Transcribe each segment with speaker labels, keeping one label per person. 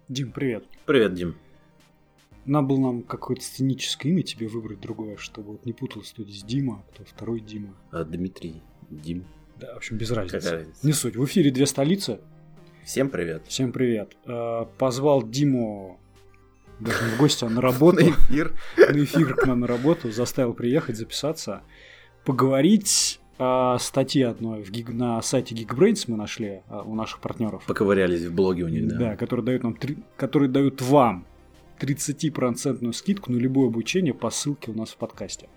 Speaker 1: Дим, привет.
Speaker 2: Привет, Дим.
Speaker 1: Надо было нам какое-то сценическое имя тебе выбрать другое, чтобы вот не путалось, кто здесь Дима, кто второй Дима.
Speaker 2: Дмитрий, Дим.
Speaker 1: Да, в общем, без разницы.
Speaker 2: Какая разница?
Speaker 1: Не суть. В эфире «Две столицы».
Speaker 2: Всем привет.
Speaker 1: Всем привет. Позвал Диму даже не в гости, а на работу.
Speaker 2: На эфир.
Speaker 1: На эфир к нам на работу. Заставил приехать, записаться. Поговорить о статье одной на сайте Geekbrains мы нашли у наших партнеров.
Speaker 2: Поковырялись в блоге у них, да.
Speaker 1: Да, которые дают вам 30% скидку на любое обучение по ссылке у нас в подкасте.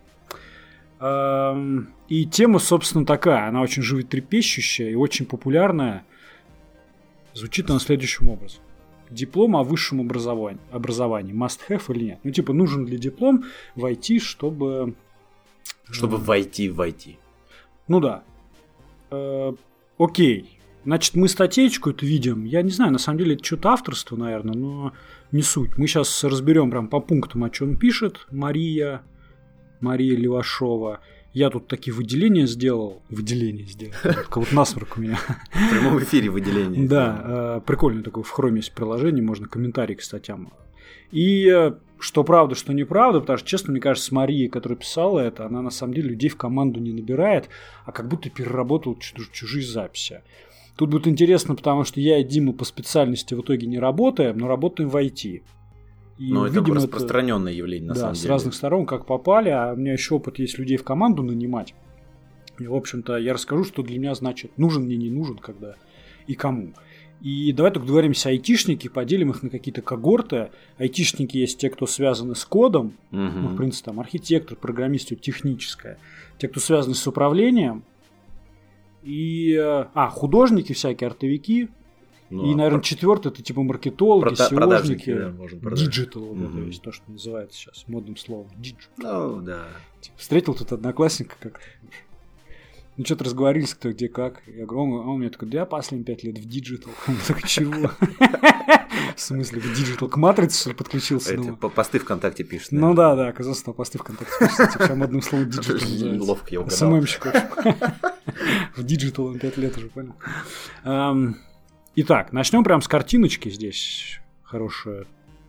Speaker 1: И тема, собственно, такая. Она очень животрепещущая и очень популярная. Звучит она следующим образом. Диплом о высшем образовании. Must have или нет? Ну, типа, нужен ли диплом в IT, чтобы...
Speaker 2: Чтобы войти в IT.
Speaker 1: Ну да. Окей. Значит, мы статейку эту видим. Я не знаю, на самом деле, это что-то авторство, наверное, но не суть. Мы сейчас разберем прям по пунктам, о чем пишет Мария Левашова. Я тут такие выделения сделал. Как вот насморк у меня.
Speaker 2: В прямом эфире выделение.
Speaker 1: Да, прикольно такое в хроме есть приложение, можно комментарии к статьям. И что правда, что неправда, потому что, честно, мне кажется, Мария, которая писала это, она на самом деле людей в команду не набирает, а как будто переработала чужие записи. Тут будет интересно, потому что я и Дима по специальности в итоге не работаем, но работаем в IT.
Speaker 2: Но это распространенное явление, на самом деле.
Speaker 1: Да, с разных сторон, как попали, а у меня еще опыт есть людей в команду нанимать. И, в общем-то, я расскажу, что для меня значит, нужен мне, не нужен, когда и кому. И давай только договоримся, айтишники, поделим их на какие-то когорты. Айтишники есть те, кто связаны с кодом, ну, в принципе, там, архитектор, программист, техническое. Те, кто связаны с управлением. И, художники всякие, артовики. И, наверное, четвертый это типа маркетологи, SEOшники,
Speaker 2: да,
Speaker 1: диджитал, то есть то, что называется сейчас модным словом. Диджитал.
Speaker 2: Ну, да.
Speaker 1: Встретил тут одноклассника, как... Ну, что-то разговорились, кто где как. Я говорю, он мне такой, да я последние 5 лет в диджитал. Он такой, чего? В смысле, в диджитал? К матрице, что ли, подключился?
Speaker 2: Посты ВКонтакте пишет.
Speaker 1: Ну да, оказалось, что посты ВКонтакте пишет. Причем модным словом диджитал называется.
Speaker 2: Ловко я угадал.
Speaker 1: СММщик. В диджитал он 5 лет уже, понял. Итак, начнем прямо с картиночки здесь. Хорошая.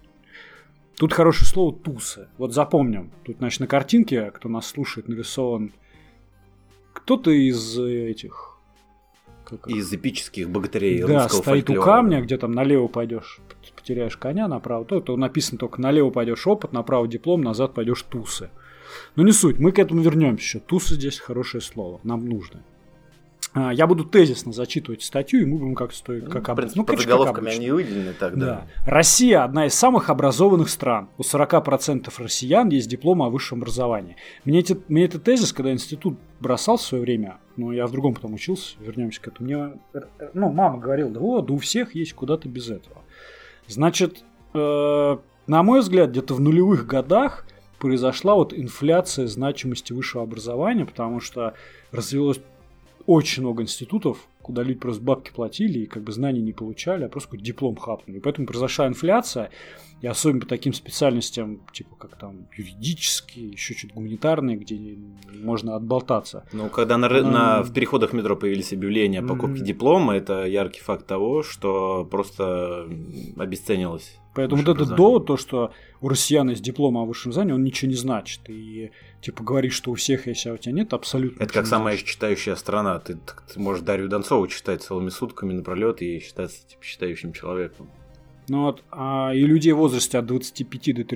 Speaker 1: Тут хорошее слово «тусы». Вот запомним. Тут, значит, на картинке, кто нас слушает, нарисован кто-то из этих...
Speaker 2: Из эпических богатырей
Speaker 1: да,
Speaker 2: русского
Speaker 1: стоит
Speaker 2: фольклора.
Speaker 1: У камня, где там налево пойдешь, потеряешь коня, направо. То написано только налево пойдешь опыт, направо диплом, назад пойдешь тусы. Но не суть, мы к этому вернемся еще. Тусы здесь хорошее слово, нам нужно. Я буду тезисно зачитывать статью, и мы будем как
Speaker 2: обычно. Под заголовками они выделены тогда.
Speaker 1: Да. Россия – одна из самых образованных стран. У 40% россиян есть диплом о высшем образовании. Мне этот тезис, когда институт бросал в свое время, но я в другом потом учился, вернемся к этому, мама говорила, да у всех есть, куда-то без этого. Значит, на мой взгляд, где-то в нулевых годах произошла вот инфляция значимости высшего образования, потому что развилось очень много институтов, куда люди просто бабки платили и как бы знаний не получали, а просто какой-то диплом хапнули. И поэтому произошла инфляция, и особенно по таким специальностям, типа как там юридические, еще что-то гуманитарные, где можно отболтаться.
Speaker 2: Ну, когда в переходах метро появились объявления о покупке диплома, это яркий факт того, что просто обесценилось.
Speaker 1: Поэтому вот этот довод, то, что у россиян есть диплом о высшем образовании, он ничего не значит. И типа говорить, что у всех есть, а у тебя нет, абсолютно.
Speaker 2: Это как самая читающая страна. Ты можешь Дарью Донцову читать целыми сутками напролет и считаться типа читающим человеком.
Speaker 1: Ну вот, и людей в возрасте от 25 до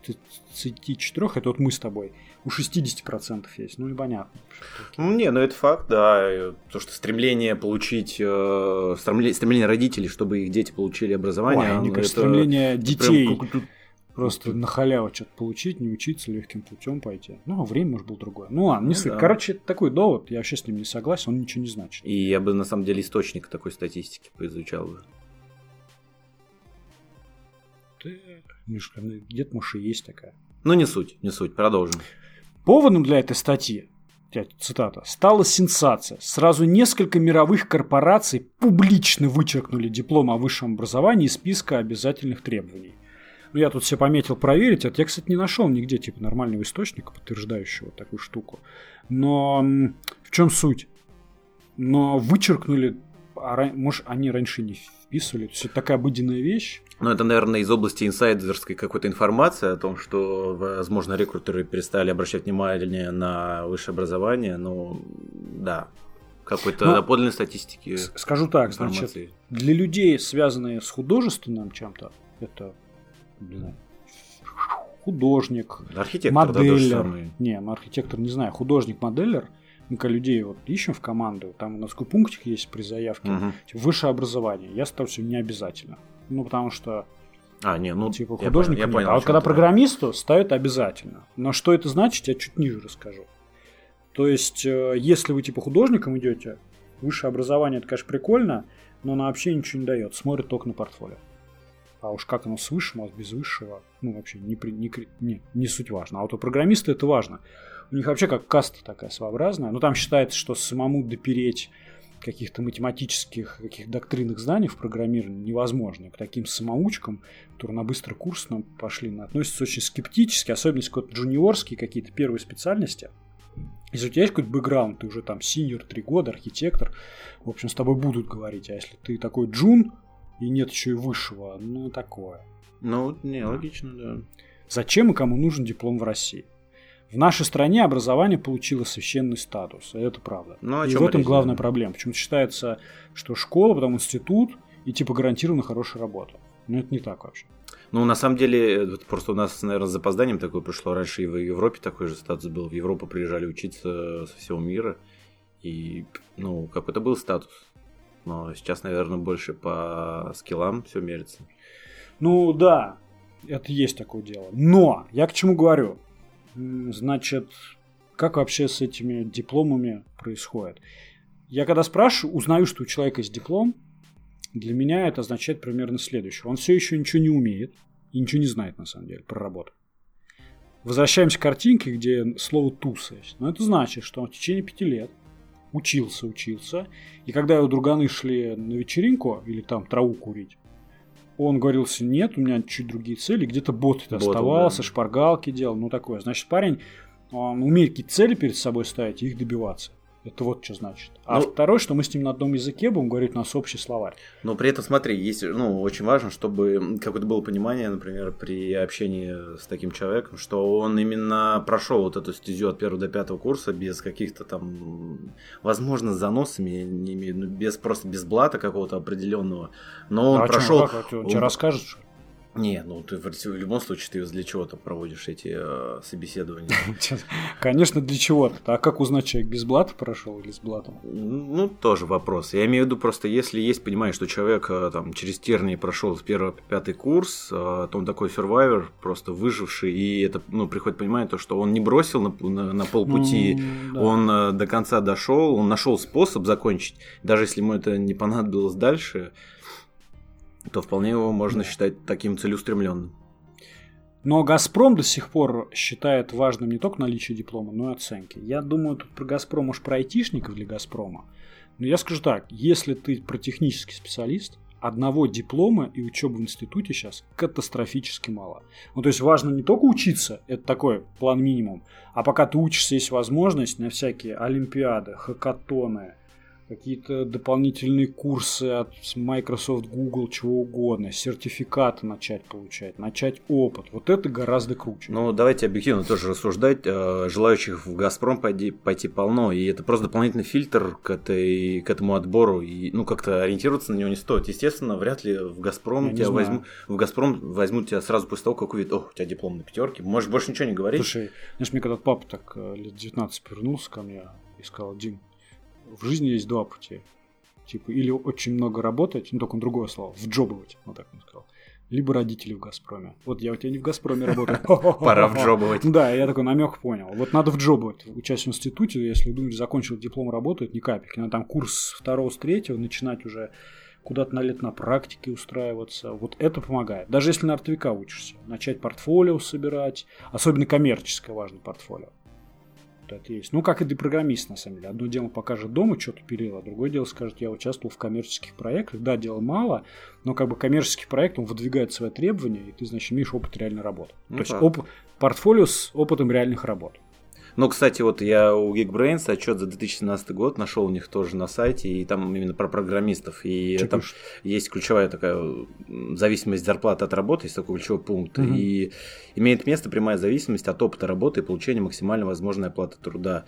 Speaker 1: 34, это вот мы с тобой, у 60% есть, ну и понятно.
Speaker 2: Это факт, да. То, что стремление получить, стремление родителей, чтобы их дети получили образование.
Speaker 1: Мне кажется, стремление детей просто на халяву что-то получить, не учиться, легким путем пойти. Время, может, было другое. Ладно, не суть. Короче, такой довод, я вообще с ним не согласен, он ничего не значит.
Speaker 2: И я бы, на самом деле, источник такой статистики поизучал бы.
Speaker 1: Где-то, может, и есть такая.
Speaker 2: Не суть, продолжим.
Speaker 1: Поводом для этой статьи, цитата, стала сенсация. Сразу несколько мировых корпораций публично вычеркнули диплом о высшем образовании из списка обязательных требований. Я тут все пометил проверить, я, кстати, не нашел нигде типа нормального источника, подтверждающего такую штуку. Но в чем суть? Но вычеркнули может, они раньше не вписывали. То есть это такая обыденная вещь.
Speaker 2: Ну, это, наверное, из области инсайдерской какой-то информации о том, что, возможно, рекрутеры перестали обращать внимание на высшее образование. Ну, да, какой-то доподлинной статистики.
Speaker 1: Скажу так, значит, для людей, связанных с художественным чем-то, это, не знаю, художник,
Speaker 2: архитектор,
Speaker 1: модельер. Не, архитектор не знаю, художник-модельер. Мы когда людей вот ищем в команду, там у нас такой пунктик есть при заявке, типа, высшее образование. Я ставлю, что не обязательно. Ну, потому что типа художник
Speaker 2: я понял,
Speaker 1: а вот когда программисту ставят обязательно. Но что это значит, я чуть ниже расскажу. То есть, если вы типа художником идете, высшее образование, это, конечно, прикольно, но оно вообще ничего не дает. Смотрит только на портфолио. А уж как оно с высшим, а без высшего, ну, вообще не суть важно. А вот у программиста это важно. У них вообще как каста такая своеобразная. Но там считается, что самому допереть каких-то математических, каких-то доктринных знаний в программировании невозможно. К таким самоучкам, которые на быстрый курс нам пошли, относятся очень скептически, особенно если какие-то джуниорские какие-то первые специальности. Если у тебя есть какой-то бэкграунд, ты уже там синьор 3 года, архитектор, в общем, с тобой будут говорить. А если ты такой джун, и нет еще и высшего, ну, такое.
Speaker 2: Ну, не, логично, да.
Speaker 1: Зачем и кому нужен диплом в России? В нашей стране образование получило священный статус, и это правда.
Speaker 2: Ну,
Speaker 1: и в этом главная проблема. Почему-то считается, что школа, потом институт, и типа гарантированно хорошая работа. Но это не так вообще.
Speaker 2: Ну, на самом деле, просто у нас, наверное, с запозданием такое пришло. Раньше и в Европе такой же статус был. В Европу приезжали учиться со всего мира. И, ну, какой-то был статус. Но сейчас, наверное, больше по скиллам все мерится.
Speaker 1: Ну, да, это есть такое дело. Но, я к чему говорю? Значит, как вообще с этими дипломами происходит? Я когда спрашиваю, узнаю, что у человека есть диплом, для меня это означает примерно следующее. Он все еще ничего не умеет и ничего не знает, на самом деле, про работу. Возвращаемся к картинке, где слово «туса» есть. Но это значит, что он в течение 5 лет учился. И когда его друганы шли на вечеринку или там траву курить, он говорил себе, нет, у меня чуть другие цели, где-то бот оставался, да. Шпаргалки делал, ну такое. Значит, парень, он умеет какие-то цели перед собой ставить и их добиваться. Это вот что значит. А второе, что мы с ним на одном языке будем говорить, у нас общий словарь.
Speaker 2: Но при этом, смотри, есть, очень важно, чтобы какое-то было понимание, например, при общении с таким человеком, что он именно прошел вот эту стезю от 1 до 5 курса без каких-то там, возможно, с заносами, я не имею, просто без блата какого-то определенного. Но он прошел.
Speaker 1: Он тебе расскажет, что?
Speaker 2: Не, ты в любом случае ты для чего-то проводишь эти собеседования.
Speaker 1: Конечно, для чего-то. А как узнать, человек без блата прошел или с блатом?
Speaker 2: Ну, тоже вопрос. Я имею в виду просто, если есть понимание, что человек там через тернии прошел с 1 по 5 курс, то он такой survivor, просто выживший, и это, приходит понимание, то, что он не бросил на полпути, да. Он до конца дошел, он нашел способ закончить, даже если ему это не понадобилось дальше, то вполне его можно считать таким целеустремленным.
Speaker 1: Но «Газпром» до сих пор считает важным не только наличие диплома, но и оценки. Я думаю, тут про «Газпром», может, про айтишников для «Газпрома». Но я скажу так, если ты про технический специалист, одного диплома и учебы в институте сейчас катастрофически мало. То есть важно не только учиться, это такой план минимум, а пока ты учишься, есть возможность на всякие олимпиады, хакатоны, какие-то дополнительные курсы от Microsoft, Google, чего угодно, сертификаты начать получать, начать опыт. Вот это гораздо круче.
Speaker 2: Давайте объективно тоже рассуждать. Желающих в «Газпром» пойти полно, и это просто дополнительный фильтр к этому отбору, и как-то ориентироваться на него не стоит. Естественно, вряд ли в «Газпром» возьмут тебя сразу после того, как увидят, у тебя диплом на 5, можешь больше ничего не говорить.
Speaker 1: Слушай, знаешь, мне когда папа так лет 19 повернулся ко мне и сказал: Дим, в жизни есть 2 пути. Или очень много работать, только другое слово, вджобывать, вот так он сказал. Либо родители в «Газпроме». Вот я у тебя не в «Газпроме» работаю.
Speaker 2: Пора вджобывать.
Speaker 1: Да, я такой намек понял. Вот надо вджобывать. Учась в институте, если думаешь, закончил диплом, работает, ни капельки. Надо там курс 2 с 3 начинать уже куда-то на лет на практике устраиваться. Вот это помогает. Даже если на артовика учишься. Начать портфолио собирать. Особенно коммерческое важно портфолио. Это есть. Как и для программиста, на самом деле. Одно дело покажет дома, что-то пилил, а другое дело скажет, я участвовал в коммерческих проектах. Да, делал мало, но коммерческий проект, он выдвигает свои требования, и ты, значит, имеешь опыт реальной работы. То есть портфолио с опытом реальных работ.
Speaker 2: Ну, кстати, вот я у Geekbrains отчет за 2017 год нашел у них тоже на сайте, и там именно про программистов. И
Speaker 1: Что
Speaker 2: там
Speaker 1: пишут?
Speaker 2: есть ключевая такая зависимость зарплаты от работы, есть такой ключевой пункт. И имеет место прямая зависимость от опыта работы и получения максимально возможной оплаты труда.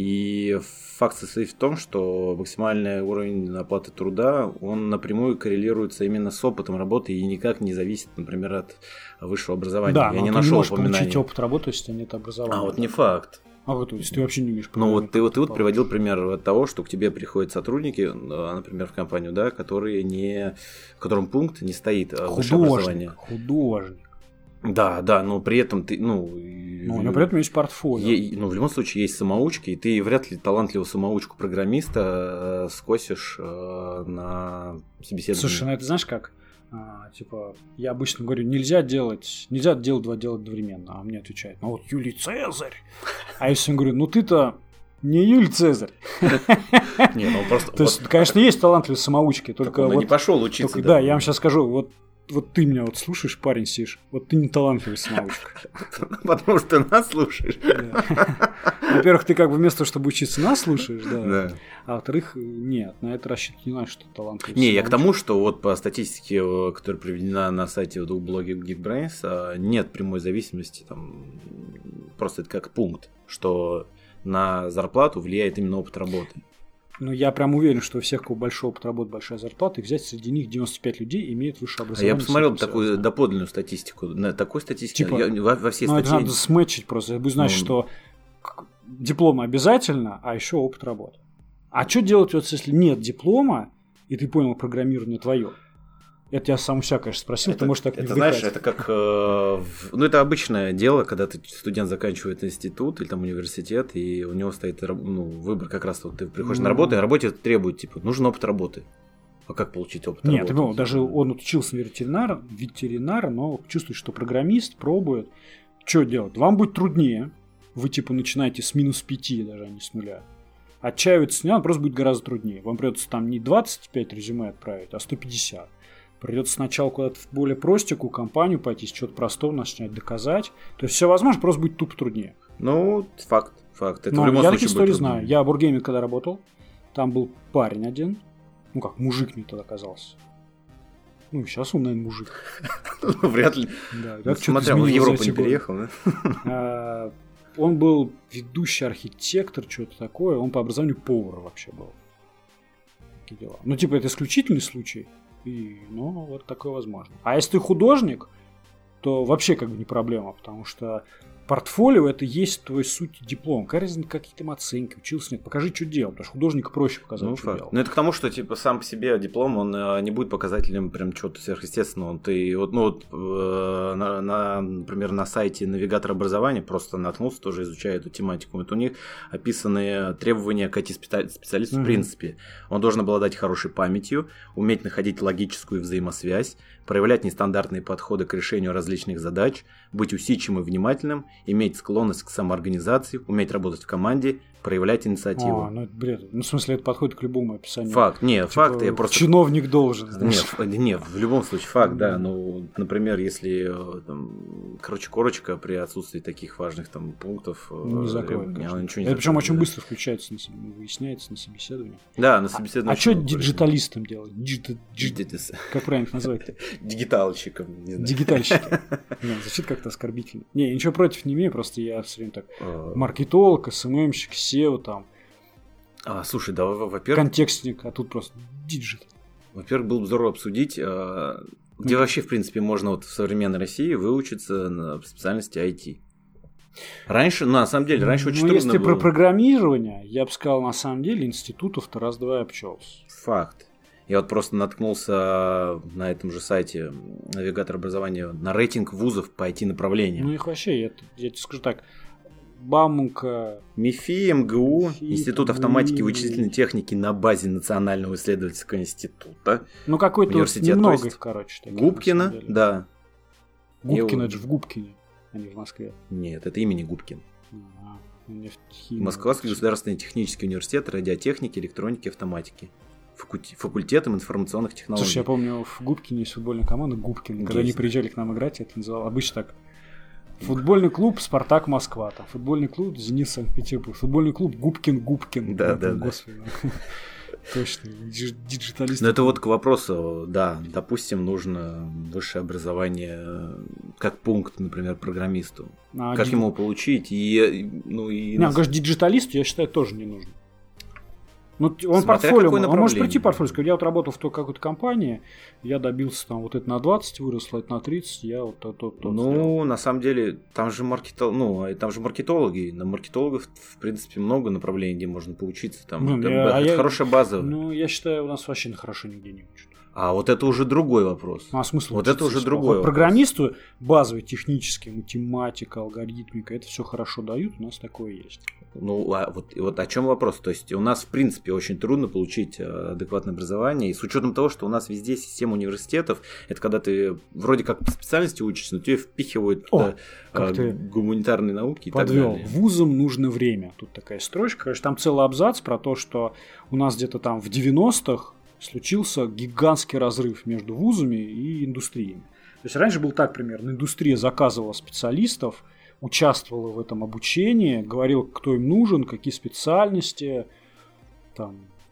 Speaker 2: И факт состоит в том, что максимальный уровень оплаты труда, он напрямую коррелируется именно с опытом работы и никак не зависит, например, от высшего образования.
Speaker 1: Да,
Speaker 2: я
Speaker 1: но
Speaker 2: не
Speaker 1: ты
Speaker 2: нашел
Speaker 1: не можешь
Speaker 2: упоминания.
Speaker 1: получить опыт работы, если нет образования.
Speaker 2: А вот не факт.
Speaker 1: А вот, если ты вообще не умеешь
Speaker 2: Ну вот ты
Speaker 1: программировать.
Speaker 2: приводил пример того, что к тебе приходят сотрудники, например, в компанию, да, которые не, в котором пункт не стоит высшее образование.
Speaker 1: Художник.
Speaker 2: Да, но при этом ты,
Speaker 1: Ну, у него при этом есть портфолио.
Speaker 2: в любом случае есть самоучки, и ты вряд ли талантливого самоучку программиста скосишь на собеседование.
Speaker 1: Слушай, ну это знаешь как? Типа, я обычно говорю, нельзя делать два дела одновременно. А мне отвечают, ну вот Юлий Цезарь. А я всем говорю, ну ты-то не Юлий Цезарь.
Speaker 2: Не, ну просто...
Speaker 1: То есть, конечно, есть талантливые самоучки, только
Speaker 2: он
Speaker 1: вот...
Speaker 2: не пошел учиться.
Speaker 1: Только, да, я вам сейчас скажу, вот ты меня вот слушаешь, парень сидишь, вот ты не талантливый самоучка.
Speaker 2: Потому что ты нас слушаешь.
Speaker 1: Во-первых, ты как бы вместо того, чтобы учиться, нас слушаешь,
Speaker 2: Да.
Speaker 1: А во-вторых, нет, на это рассчитывать не надо, что ты талантливый
Speaker 2: Не, я к
Speaker 1: самоучка.
Speaker 2: тому, что вот по статистике, которая приведена на сайте у блога Geekbrains, нет прямой зависимости, там просто это как пункт, что на зарплату влияет именно опыт работы.
Speaker 1: Ну, я прям уверен, что у всех, у кого большой опыт работы, большая зарплата, и взять среди них 95 людей имеют высшее образование.
Speaker 2: Я посмотрел такую доподлинную статистику. На такой статистике
Speaker 1: Типа,
Speaker 2: во всей
Speaker 1: ну, это
Speaker 2: статье...
Speaker 1: надо сметчить просто. Я бы знать, что диплом обязательно, а еще опыт работы. А что делать, вот, если нет диплома, и ты понял, программирование твое? Это я сам у себя, конечно, спросил, ты можешь так не
Speaker 2: Это,
Speaker 1: вдыхать.
Speaker 2: знаешь, это как... ну, это обычное дело, когда ты студент заканчивает институт или там университет, и у него стоит выбор как раз, вот ты приходишь на работу, и работе требует, типа, нужен опыт работы. А как получить опыт работы?
Speaker 1: Нет, ты понял, даже он учился на ветеринара, но чувствует, что программист пробует. Что делать? Вам будет труднее. Вы, типа, начинаете с -5, даже, а не с нуля. Отчаиваться не надо, просто будет гораздо труднее. Вам придется там не 25 резюме отправить, а 150. Придется сначала куда-то в более простенькую компанию пойти, с чего-то простого начать доказать. То есть все возможно, просто будет тупо труднее.
Speaker 2: Ну, факт. Это
Speaker 1: Но
Speaker 2: в любом
Speaker 1: я
Speaker 2: случае
Speaker 1: такие истории
Speaker 2: будет
Speaker 1: знаю.
Speaker 2: труднее.
Speaker 1: Я в Бургейме когда работал, там был парень один, ну как, мужик мне тогда казался. Ну, сейчас он, наверное, мужик.
Speaker 2: Вряд ли.
Speaker 1: Да,
Speaker 2: Ну, смотря, он в Европу не переехал,
Speaker 1: да? Он был ведущий архитектор, что-то такое. Он по образованию повар вообще был. Такие дела. Ну, типа, это исключительный случай. Ну, вот такое возможно. А если ты художник, то вообще как бы не проблема, потому что портфолио – это есть твой суть диплом. Какая разница, какие там оценки, учился, нет. Покажи, что делал, потому что художнику проще показать, что делал.
Speaker 2: Ну, это к тому, что типа сам по себе диплом, он не будет показателем прям чего-то сверхъестественного. Например, на сайте навигатора образования просто наткнулся, тоже изучая эту тематику. Вот у них описаны требования к IT-специалисту в принципе. Он должен обладать хорошей памятью, уметь находить логическую взаимосвязь, проявлять нестандартные подходы к решению различных задач, быть усидчивым и внимательным, иметь склонность к самоорганизации, уметь работать в команде, проявлять инициативу.
Speaker 1: Ну это бред. Ну, в смысле, это подходит к любому описанию.
Speaker 2: Факт. Нет,
Speaker 1: типа,
Speaker 2: факт. Я просто...
Speaker 1: Чиновник должен.
Speaker 2: Нет, в любом случае факт, да. Ну, например, если короче, при отсутствии таких важных там пунктов...
Speaker 1: Не закроет.
Speaker 2: Она ничего не
Speaker 1: это причем
Speaker 2: закроет,
Speaker 1: очень
Speaker 2: да.
Speaker 1: быстро включается, выясняется на собеседовании.
Speaker 2: Да, на собеседовании.
Speaker 1: А что диджиталистам делать? Как правильно их назвать?
Speaker 2: Дигиталщиком, не знаю.
Speaker 1: Дигитальщики. Звучит как-то оскорбительно. Не, я ничего против не имею, просто я все время так... Маркетолог, СММщик, SEO там.
Speaker 2: Слушай, да, во-первых...
Speaker 1: Контекстник, а тут просто диджит.
Speaker 2: Во-первых, было бы здорово обсудить, где вообще, в принципе, можно вот в современной России выучиться на специальности IT. Раньше, на самом деле, очень трудно
Speaker 1: если
Speaker 2: было.
Speaker 1: про программирование, я бы сказал, на самом деле, институтов-то раз-два обчелся.
Speaker 2: Факт. Я вот просто наткнулся на этом же сайте навигатор образования на рейтинг вузов по IT-направлению.
Speaker 1: Ну, их вообще, я тебе скажу так, Бауманка...
Speaker 2: МИФИ, МГУ,
Speaker 1: МИФИ,
Speaker 2: Институт автоматики и вычислительной техники на базе Национального исследовательского института.
Speaker 1: Ну, какой-то
Speaker 2: Университет,
Speaker 1: немного
Speaker 2: то есть
Speaker 1: их, короче. Таких,
Speaker 2: Губкина, да.
Speaker 1: Губкина, это же в Губкине, а не в Москве.
Speaker 2: Нет, это имени Губкин.
Speaker 1: Нефтехимия.
Speaker 2: Московский государственный технический университет радиотехники, электроники, автоматики. Факультетом информационных технологий.
Speaker 1: Слушай, я помню, в Губкине есть футбольная команда Губкин. Когда они приезжали к нам играть, я это называл обычно так. Футбольный клуб «Спартак Москва», там, футбольный клуб «Зенит Санкт-Петербург», футбольный клуб «Губкин».
Speaker 2: Да.
Speaker 1: Господи. Точно, диджиталист.
Speaker 2: Но это вот к вопросу, да, допустим, нужно высшее образование как пункт, например, программисту. Как ему получить?
Speaker 1: Конечно, диджиталисту, я считаю, тоже не нужно. Ну, он
Speaker 2: смотря
Speaker 1: портфолио,
Speaker 2: какое
Speaker 1: он может
Speaker 2: направление.
Speaker 1: прийти портфолио, сказать, я вот работал в той какой-то компании, я добился там вот это на 20 выросло, это на 30, я вот то.
Speaker 2: Ну, на самом деле, там же маркетологи, на маркетологов, в принципе, много направлений, где можно поучиться, там, хорошая база.
Speaker 1: Ну, я считаю, у нас вообще хорошо нигде не учат.
Speaker 2: А вот это уже другой вопрос.
Speaker 1: Ну, а смысл
Speaker 2: вот это уже другой вопрос.
Speaker 1: Программисту базовый, технический, математика, алгоритмика, это все хорошо дают, у нас такое есть.
Speaker 2: Ну, вот о чем вопрос? То есть у нас, в принципе, очень трудно получить адекватное образование, и с учетом того, что у нас везде система университетов, это когда ты вроде как по специальности учишься, но тебе впихивают гуманитарные науки и так далее.
Speaker 1: Вузам нужно время. Тут такая строчка. Короче, там целый абзац про то, что у нас где-то там в 90-х случился гигантский разрыв между вузами и индустриями. То есть раньше был так примерно. Индустрия заказывала специалистов, участвовала в этом обучении, говорил, кто им нужен, какие специальности, там,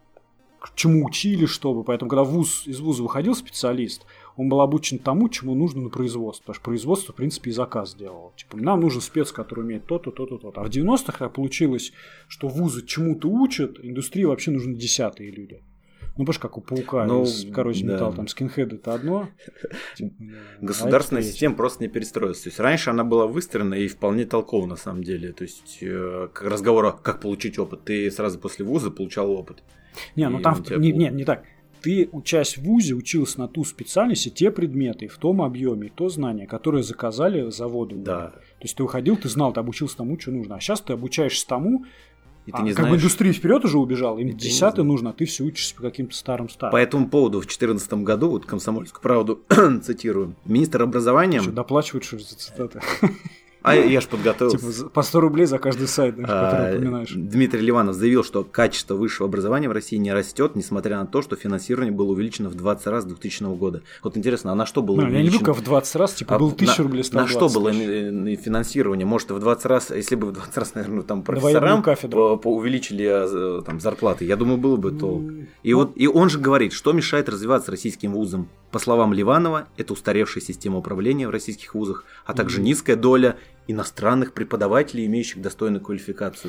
Speaker 1: к чему учили, чтобы. Поэтому, когда из вуза выходил специалист, он был обучен тому, чему нужно на производство. Потому что производство, в принципе, и заказ делало. Типа, нам нужен спец, который умеет то-то, то-то, то-то. А в 90-х получилось, что вузы чему-то учат, индустрии вообще нужны десятые люди. Ну, потому что как у паука из коррозии металла, там скинхеды это одно.
Speaker 2: Государственная система просто не перестроилась. То есть раньше она была выстроена и вполне толкова на самом деле. То есть разговор о как получить опыт. Ты сразу после вуза получал опыт.
Speaker 1: Не, ну там не так. Ты, учась в вузе, учился на ту специальность и те предметы, в том объеме, то знания, которые заказали заводы.
Speaker 2: Да.
Speaker 1: То есть ты выходил, ты знал, ты обучился тому, что нужно. А сейчас ты обучаешься тому,
Speaker 2: и ты не
Speaker 1: как
Speaker 2: знаешь...
Speaker 1: бы индустрия вперед уже убежала, им 10-й нужно, а ты все учишься по каким-то старым.
Speaker 2: По этому поводу в 2014 году, вот «Комсомольскую правду» цитирую, министр образования...
Speaker 1: Что, доплачивают, что за цитаты?
Speaker 2: А я ж подготовился.
Speaker 1: Типа по 100 рублей за каждый сайт, который упоминаешь.
Speaker 2: Дмитрий Ливанов заявил, что качество высшего образования в России не растет, несмотря на то, что финансирование было увеличено в 20 раз с 2000 года. Вот интересно, а на что было увеличено?
Speaker 1: Я не люблю, как в 20 раз, типа, было 1000 рублей, стало
Speaker 2: на
Speaker 1: 20
Speaker 2: что было финансирование? Может, в 20 раз, если бы в 20 раз, наверное, там профессорам увеличили там зарплаты, я думаю, было бы толк. И он же говорит, что мешает развиваться российским вузам. По словам Ливанова, это устаревшая система управления в российских вузах, а также низкая доля иностранных преподавателей, имеющих достойную квалификацию.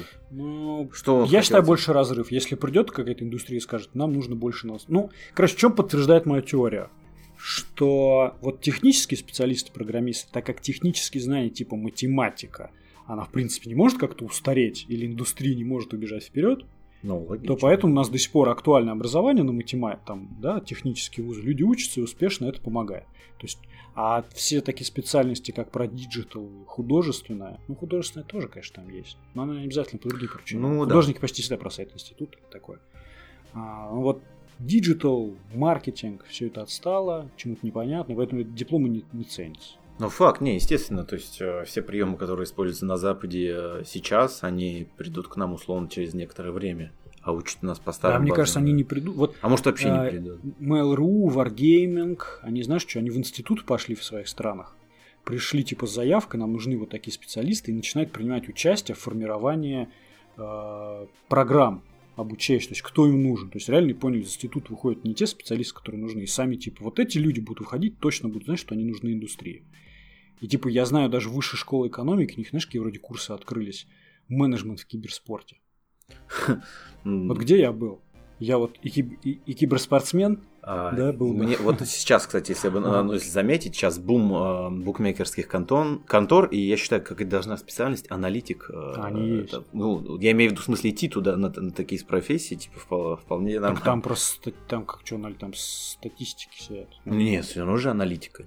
Speaker 1: Я считаю, больше разрыв. Если придет какая-то индустрия и скажет, нам нужно больше нас. В чем подтверждает мою теорию? Что вот технические специалисты, программисты, так как технические знания типа математика, она в принципе не может как-то устареть, или индустрия не может убежать вперед, то поэтому у нас до сих пор актуальное образование на математике, технические вузы, люди учатся и успешно это помогает. То есть, а все такие специальности, как про диджитал, художественное, художественное тоже, конечно, там есть, но оно не обязательно по другим причинам. Художники почти всегда бросают институт, такое. Вот диджитал, маркетинг, все это отстало, чему-то непонятно, поэтому дипломы не ценятся.
Speaker 2: Факт, естественно, то есть все приемы, которые используются на Западе сейчас, они придут к нам условно через некоторое время, а учат нас по старым базам.
Speaker 1: Мне кажется, они не придут.
Speaker 2: А может, вообще не придут.
Speaker 1: Mail.ru, Wargaming, они, знаешь что, они в институт пошли в своих странах, пришли с заявкой, нам нужны вот такие специалисты, и начинают принимать участие в формировании программ обучающих, то есть кто им нужен. То есть реально поняли, из института выходят не те специалисты, которые нужны, и сами вот эти люди будут выходить, точно будут знать, что они нужны индустрии. И я знаю, даже высшей школы экономики, у них, знаешь, какие вроде курсы открылись, менеджмент в киберспорте. Вот где я был? Я вот и киберспортсмен, был.
Speaker 2: Вот сейчас, кстати, если заметить, сейчас бум букмекерских контор, и я считаю, как и должна специальность, аналитик.
Speaker 1: Они есть.
Speaker 2: Я имею в виду, в смысле, идти туда на такие профессии, вполне нормально.
Speaker 1: Там просто, там статистики сидят.
Speaker 2: Нет, все равно же аналитика.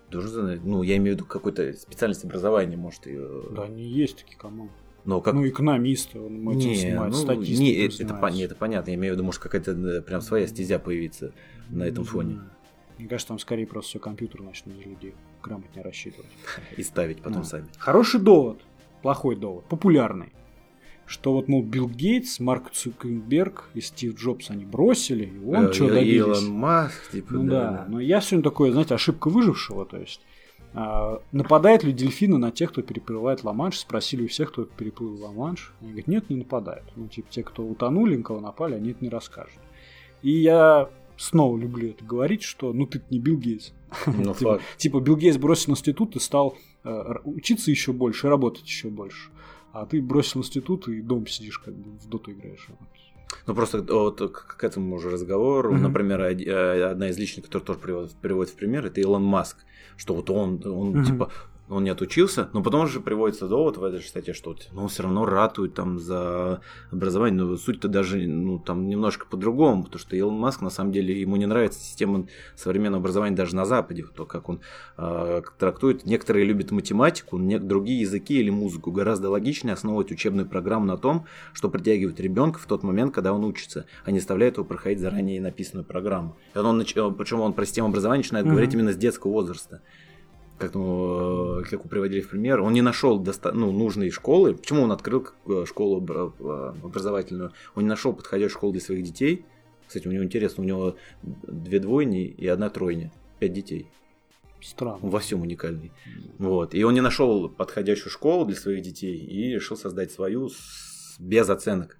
Speaker 2: Я имею в виду какой-то специальность образования, может.
Speaker 1: Да, они есть такие команды.
Speaker 2: Экономист,
Speaker 1: он этим занимается, статистикой
Speaker 2: это понятно. Я имею в виду, может, какая-то прям своя стезя появится на этом фоне.
Speaker 1: Мне кажется, там скорее просто все компьютер начнут людей грамотнее рассчитывать.
Speaker 2: И ставить потом сами.
Speaker 1: Хороший довод, плохой довод, популярный. Что вот, Билл Гейтс, Марк Цукерберг и Стив Джобс они бросили, и он что добились.
Speaker 2: Илон Маск,
Speaker 1: но я сегодня такой, знаете, ошибка выжившего, то есть Нападают ли дельфины на тех, кто переплывает Ла-Манш? Спросили у всех, кто переплыл Ла-Манш. Они говорят, нет, не нападают. Ну, типа, те, кто утонули, на кого напали, они это не расскажут. И я снова люблю это говорить, что ну ты не Билл Гейтс. Типа Билл Гейтс бросил институт и стал учиться еще больше, работать еще больше. А ты бросил институт и дома сидишь, как бы в доту играешь.
Speaker 2: Ну, просто вот к этому уже разговору, например, одна из личных, которая тоже приводит в пример, это Илон Маск, что вот он типа, он не отучился, но потом уже приводится довод в этой статье, что он все равно ратует там за образование, но суть-то даже там немножко по-другому, потому что Илон Маск, на самом деле, ему не нравится система современного образования даже на Западе, то, как он трактует. Некоторые любят математику, другие языки или музыку. Гораздо логичнее основывать учебную программу на том, что притягивает ребенка в тот момент, когда он учится, а не заставляет его проходить заранее написанную программу. Причем он про систему образования начинает говорить именно с детского возраста. Как вы приводили в пример, он не нашел нужной школы. Почему он открыл школу образовательную? Он не нашел подходящую школу для своих детей. Кстати, у него интересно, у него 2 двойни и 1 тройня, 5 детей.
Speaker 1: Странно.
Speaker 2: Он во всем уникальный. Вот. И он не нашел подходящую школу для своих детей и решил создать свою без оценок.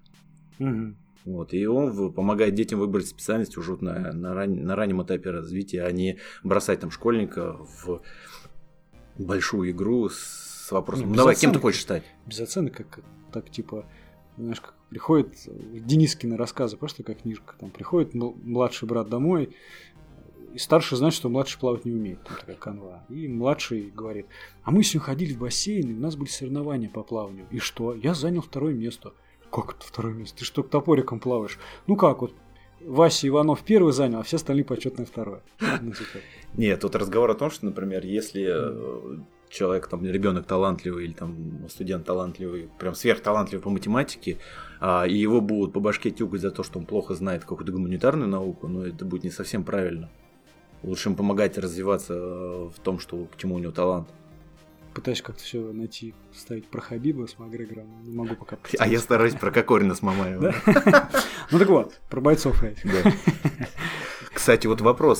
Speaker 2: Вот. И он помогает детям выбрать специальность уже на раннем этапе развития, а не бросать там школьника в большую игру с вопросом, давай, кем ты хочешь стать?
Speaker 1: Без оценок, как так, типа, знаешь, как приходит Денискины рассказы, просто как книжка, там приходит младший брат домой, и старший знает, что младший плавать не умеет, там такая канва. И младший говорит, а мы сегодня ходили в бассейн, и у нас были соревнования по плаванию. И что? Я занял 2 место. Как это 2 место? Ты что, к топорикам плаваешь? Ну как, вот Вася Иванов 1 занял, а все остальные почетное 2.
Speaker 2: Нет, тут разговор о том, что, например, если человек, там, ребенок талантливый или там студент талантливый, прям сверхталантливый по математике, и его будут по башке тюкать за то, что он плохо знает какую-то гуманитарную науку, но это будет не совсем правильно. Лучше им помогать развиваться в том, что к чему у него талант.
Speaker 1: Пытаюсь как-то все найти, ставить про Хабиба с Макгрегором, не могу пока.
Speaker 2: А я стараюсь про Кокорина с Мамаевым.
Speaker 1: Ну так вот, про бойцов.
Speaker 2: Кстати, вот вопрос.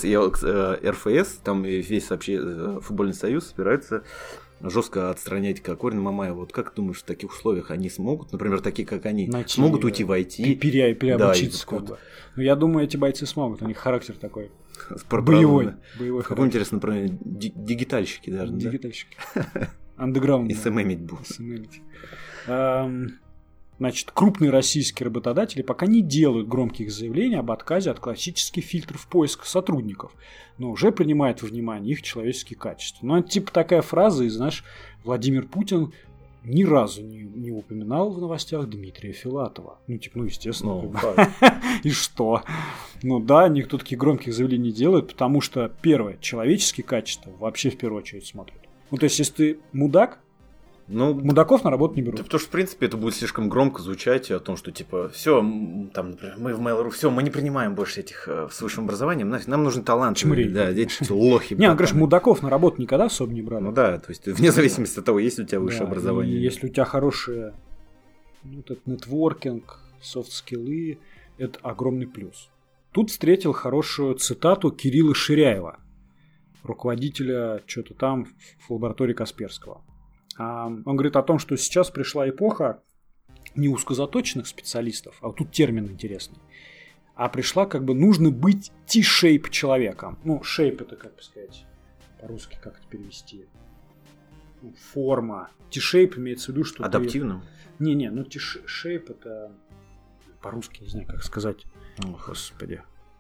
Speaker 2: РФС, там весь вообще футбольный союз собирается жестко отстранять Кокорина, Мамаева. Вот как ты думаешь, в таких условиях они смогут, например, такие, как они, смогут уйти в IT?
Speaker 1: Переобучиться. Ну, я думаю, эти бойцы смогут. У них характер такой боевой.
Speaker 2: Какой интересный, например, дигитальщики даже.
Speaker 1: Дигитальщики. Андеграунд.
Speaker 2: СММить будут.
Speaker 1: Значит, крупные российские работодатели пока не делают громких заявлений об отказе от классических фильтров поиска сотрудников, но уже принимают во внимание их человеческие качества. Ну, это типа такая фраза, знаешь, Владимир Путин ни разу не упоминал в новостях Дмитрия Филатова. Ну, типа, естественно. И что? Ну да, никто таких громких заявлений не делает, потому что, первое, человеческие качества вообще в первую очередь смотрят. Ну, то есть, если ты мудак, мудаков на работу не берут.
Speaker 2: Потому что, в принципе, это будет слишком громко звучать о том, что, типа, все, там, например, мы в Mail.ru, все, мы не принимаем больше этих с высшим образованием, нам нужен талант.
Speaker 1: Да,
Speaker 2: эти лохи.
Speaker 1: Не, говоришь, мудаков на работу никогда особо не брали.
Speaker 2: Ну да, то есть, вне зависимости от того, есть ли у тебя высшее образование.
Speaker 1: И если у тебя хорошие нетворкинг, софт-скиллы, это огромный плюс. Тут встретил хорошую цитату Кирилла Ширяева, руководителя что-то там в лаборатории Касперского. Он говорит о том, что сейчас пришла эпоха не узкозаточенных специалистов, а вот тут термин интересный, а пришла как бы нужно быть T-shape человеком. Ну, shape это, как бы сказать, по-русски как это перевести? Форма. T-shape имеется в виду, что
Speaker 2: адаптивным?
Speaker 1: Не, ну T-shape это по-русски, не знаю, как сказать. О, господи.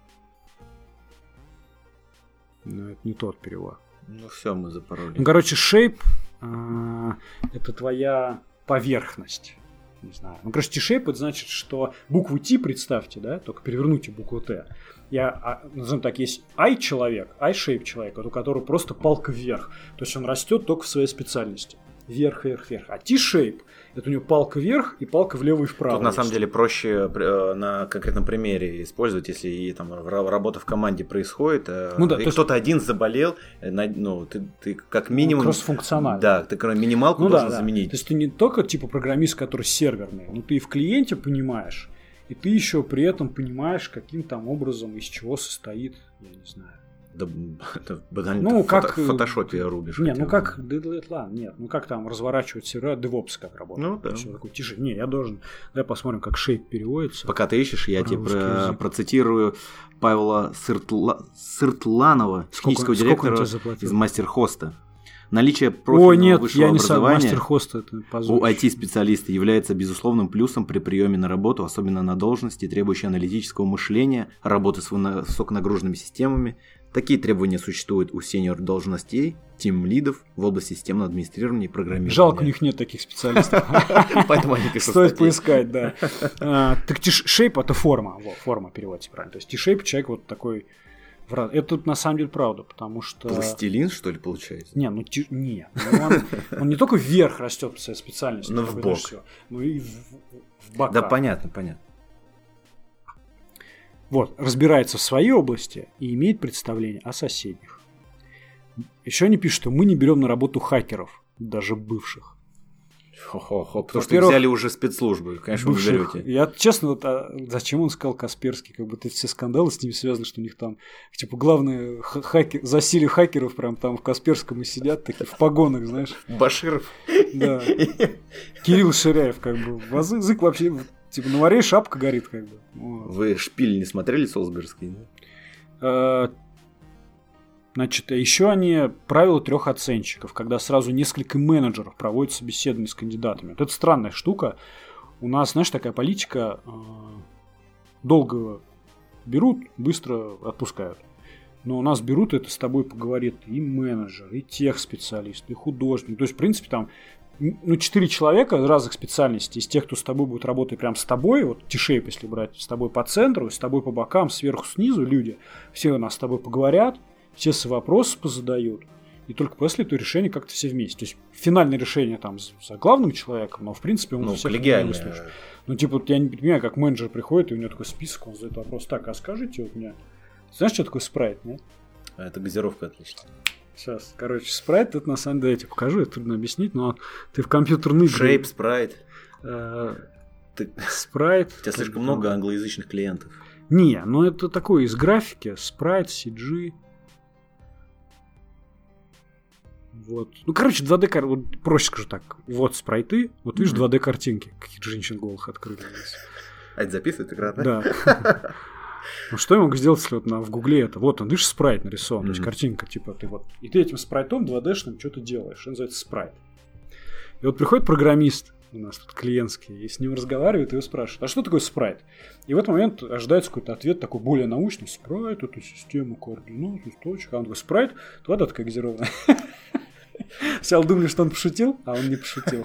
Speaker 1: Ну, это не тот перевод.
Speaker 2: Ну, все, мы запороли.
Speaker 1: Ну, короче, shape это твоя поверхность. Не знаю. Ну, короче, T-shape это значит, что букву T представьте, да, только переверните букву Т. Назовем так, есть I-человек, I-shape человек, у которого просто палка вверх. То есть он растет только в своей специальности. Вверх. А T-shape это у него палка вверх и палка влево и вправо.
Speaker 2: Тут на самом деле проще на конкретном примере использовать, если там работа в команде происходит, и кто-то один заболел, ты как минимум...
Speaker 1: Кроссфункционально.
Speaker 2: Да, ты минималку должен заменить.
Speaker 1: То есть ты не только типа программист, который серверный, но ты и в клиенте понимаешь, и ты еще при этом понимаешь, каким там образом, из чего состоит, я не знаю,
Speaker 2: Да, это банально
Speaker 1: Ну,
Speaker 2: в
Speaker 1: как...
Speaker 2: в фотошопе рубишь.
Speaker 1: Не,
Speaker 2: хотя
Speaker 1: ну
Speaker 2: бы.
Speaker 1: как Deadline, нет, ну как там разворачивать сервера, DevOps как работает.
Speaker 2: Ну, да.
Speaker 1: Все такое, тише. Не, я должен... Давай посмотрим, как shape переводится.
Speaker 2: Пока ты ищешь, я
Speaker 1: Про
Speaker 2: тебе
Speaker 1: русский язык.
Speaker 2: процитирую Павла Сыртланова, технического
Speaker 1: Сколько он
Speaker 2: директора
Speaker 1: тебе заплатил?
Speaker 2: из Мастерхоста. Наличие
Speaker 1: О,
Speaker 2: профильного
Speaker 1: нет,
Speaker 2: высшего
Speaker 1: я не сам
Speaker 2: образования
Speaker 1: мастер-хост, это позор.
Speaker 2: у IT-специалиста является безусловным плюсом при приеме на работу, особенно на должности, требующие аналитического мышления, работы с высоконагруженными системами. Такие требования существуют у сеньор-должностей, тим-лидов в области системного администрирования и программирования.
Speaker 1: Жалко, у них нет таких специалистов.
Speaker 2: Поэтому они пишут
Speaker 1: Стоит
Speaker 2: статьи.
Speaker 1: поискать, да. Так shape это форма. Форма переводится правильно. То есть T-shape человек вот такой... Это тут на самом деле правда, потому что...
Speaker 2: Пластилин, что ли, получается?
Speaker 1: Не, не. Он не только вверх растет по своей специальности,
Speaker 2: Но в бок.
Speaker 1: но и в бока.
Speaker 2: Да, понятно, понятно.
Speaker 1: Вот, разбирается в своей области и имеет представление о соседних. Еще они пишут, что мы не берем на работу хакеров, даже бывших.
Speaker 2: Хо-хо-хо, потому что
Speaker 1: Во-первых,
Speaker 2: взяли уже спецслужбы, конечно, вы не
Speaker 1: бывших.
Speaker 2: берете.
Speaker 1: Я честно, вот, зачем он сказал Касперский, как будто все скандалы с ними связаны, что у них там, типа, главное, засилие хакеров прям там в Касперском и сидят, такие в погонах, знаешь.
Speaker 2: Баширов.
Speaker 1: Да. Кирилл Ширяев, как бы. Язык вообще, типа, на варе шапка горит, как бы. Вот.
Speaker 2: Вы шпиль не смотрели Солсбергский? Да?
Speaker 1: Значит, еще они правила 3 оценщиков, когда сразу несколько менеджеров проводят собеседование с кандидатами. Вот это странная штука. У нас, знаешь, такая политика: долго берут, быстро отпускают. Но у нас берут, это с тобой поговорит и менеджер, и техспециалист, и художник. То есть, в принципе, там 4 человека разных специальностей, из тех, кто с тобой будет работать прям с тобой, вот T-shape, если брать, с тобой по центру, с тобой по бокам, сверху, снизу, люди, все у нас с тобой поговорят, все свои вопросы позадают, и только после этого решения как-то все вместе. То есть финальное решение там за главным человеком, но в принципе он всех
Speaker 2: коллегиально.
Speaker 1: выслушает. Ну, типа, вот я не понимаю, как менеджер приходит, и у него такой список, он задает вопрос: так, а скажите вот мне, знаешь, что такое спрайт, нет?
Speaker 2: Это газировка отлично.
Speaker 1: Сейчас, короче, спрайт, это на самом деле, я тебе покажу, это трудно объяснить, но ты в компьютерные игры...
Speaker 2: Шейп, спрайт.
Speaker 1: Спрайт.
Speaker 2: У тебя слишком много англоязычных клиентов.
Speaker 1: Не, ну это такое из графики, спрайт, CG... Вот. Ну, короче, 2D, вот, проще скажу так. Вот спрайты, вот видишь, 2D картинки. Каких-то женщин голых открыли.
Speaker 2: А это записывает экран, да?
Speaker 1: Да. Ну, что я могу сделать, если вот в гугле это? Вот он, видишь, спрайт нарисован. То есть картинка, типа, ты вот... И ты этим спрайтом 2D-шным что-то делаешь. Это называется спрайт. И вот приходит программист у нас тут клиентский, и с ним разговаривает, и его спрашивают: а что такое спрайт? И в этот момент ожидается какой-то ответ такой более научный: спрайт — это система координат, точек. А он такой: спрайт — это вода такая газированная. Сначала думали, что он пошутил, а он не пошутил.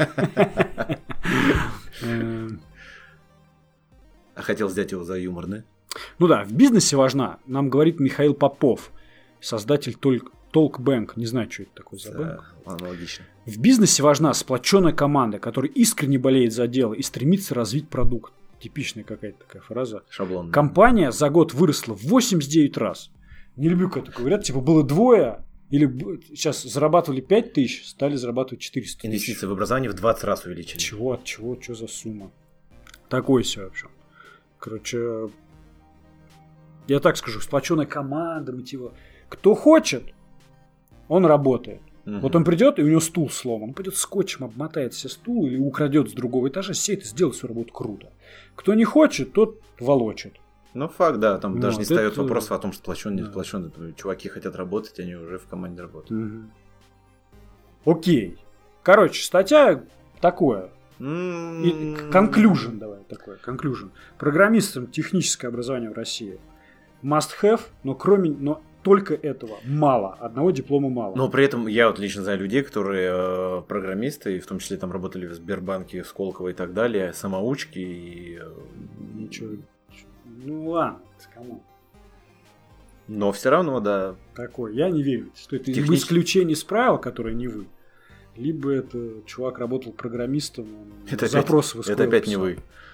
Speaker 2: А хотел взять его за юмор, да?
Speaker 1: Ну да, в бизнесе важна, нам говорит Михаил Попов, создатель Talkbank. Не знаю, что это такое за банк.
Speaker 2: Аналогично.
Speaker 1: В бизнесе важна сплоченная команда, которая искренне болеет за дело и стремится развить продукт. Типичная какая-то такая фраза.
Speaker 2: Шаблон.
Speaker 1: Компания за год выросла в 89 раз. Не люблю, когда такое говорят. Типа, было 2, или сейчас зарабатывали 5 тысяч, стали зарабатывать 400 тысяч.
Speaker 2: Инвестиции в образование в 20 раз увеличили.
Speaker 1: Чего, от чего, что за сумма? Такое все вообще. Короче, я так скажу, сплоченная команда, мотива. Кто хочет, он работает. Вот он придет, и у него стул сломан. Он пойдет скотчем, обмотает себе стул или украдет с другого этажа, сеет и сделает свою работу круто. Кто не хочет, тот волочит.
Speaker 2: Ну, факт, да, там
Speaker 1: Вот,
Speaker 2: даже не встает
Speaker 1: это...
Speaker 2: вопрос о том, что сплочен, не
Speaker 1: Да.
Speaker 2: сплочен. Чуваки хотят работать, они уже в команде работают.
Speaker 1: Окей. Короче, статья такое. Conclusion давай такое. Conclusion. Программистам техническое образование в России must have, но только этого мало. Одного диплома мало.
Speaker 2: Но при этом я вот лично знаю людей, которые программисты, и в том числе там работали в Сбербанке, в Сколково и так далее, самоучки и...
Speaker 1: Ничего. Ну ладно, кому?
Speaker 2: Но все равно, да.
Speaker 1: Такой. Я не верю, что это
Speaker 2: Технически.
Speaker 1: исключение из правил, которые не вы. Либо это чувак работал программистом,
Speaker 2: Это
Speaker 1: запросы в
Speaker 2: это
Speaker 1: SQL
Speaker 2: опять
Speaker 1: писал.
Speaker 2: не вы.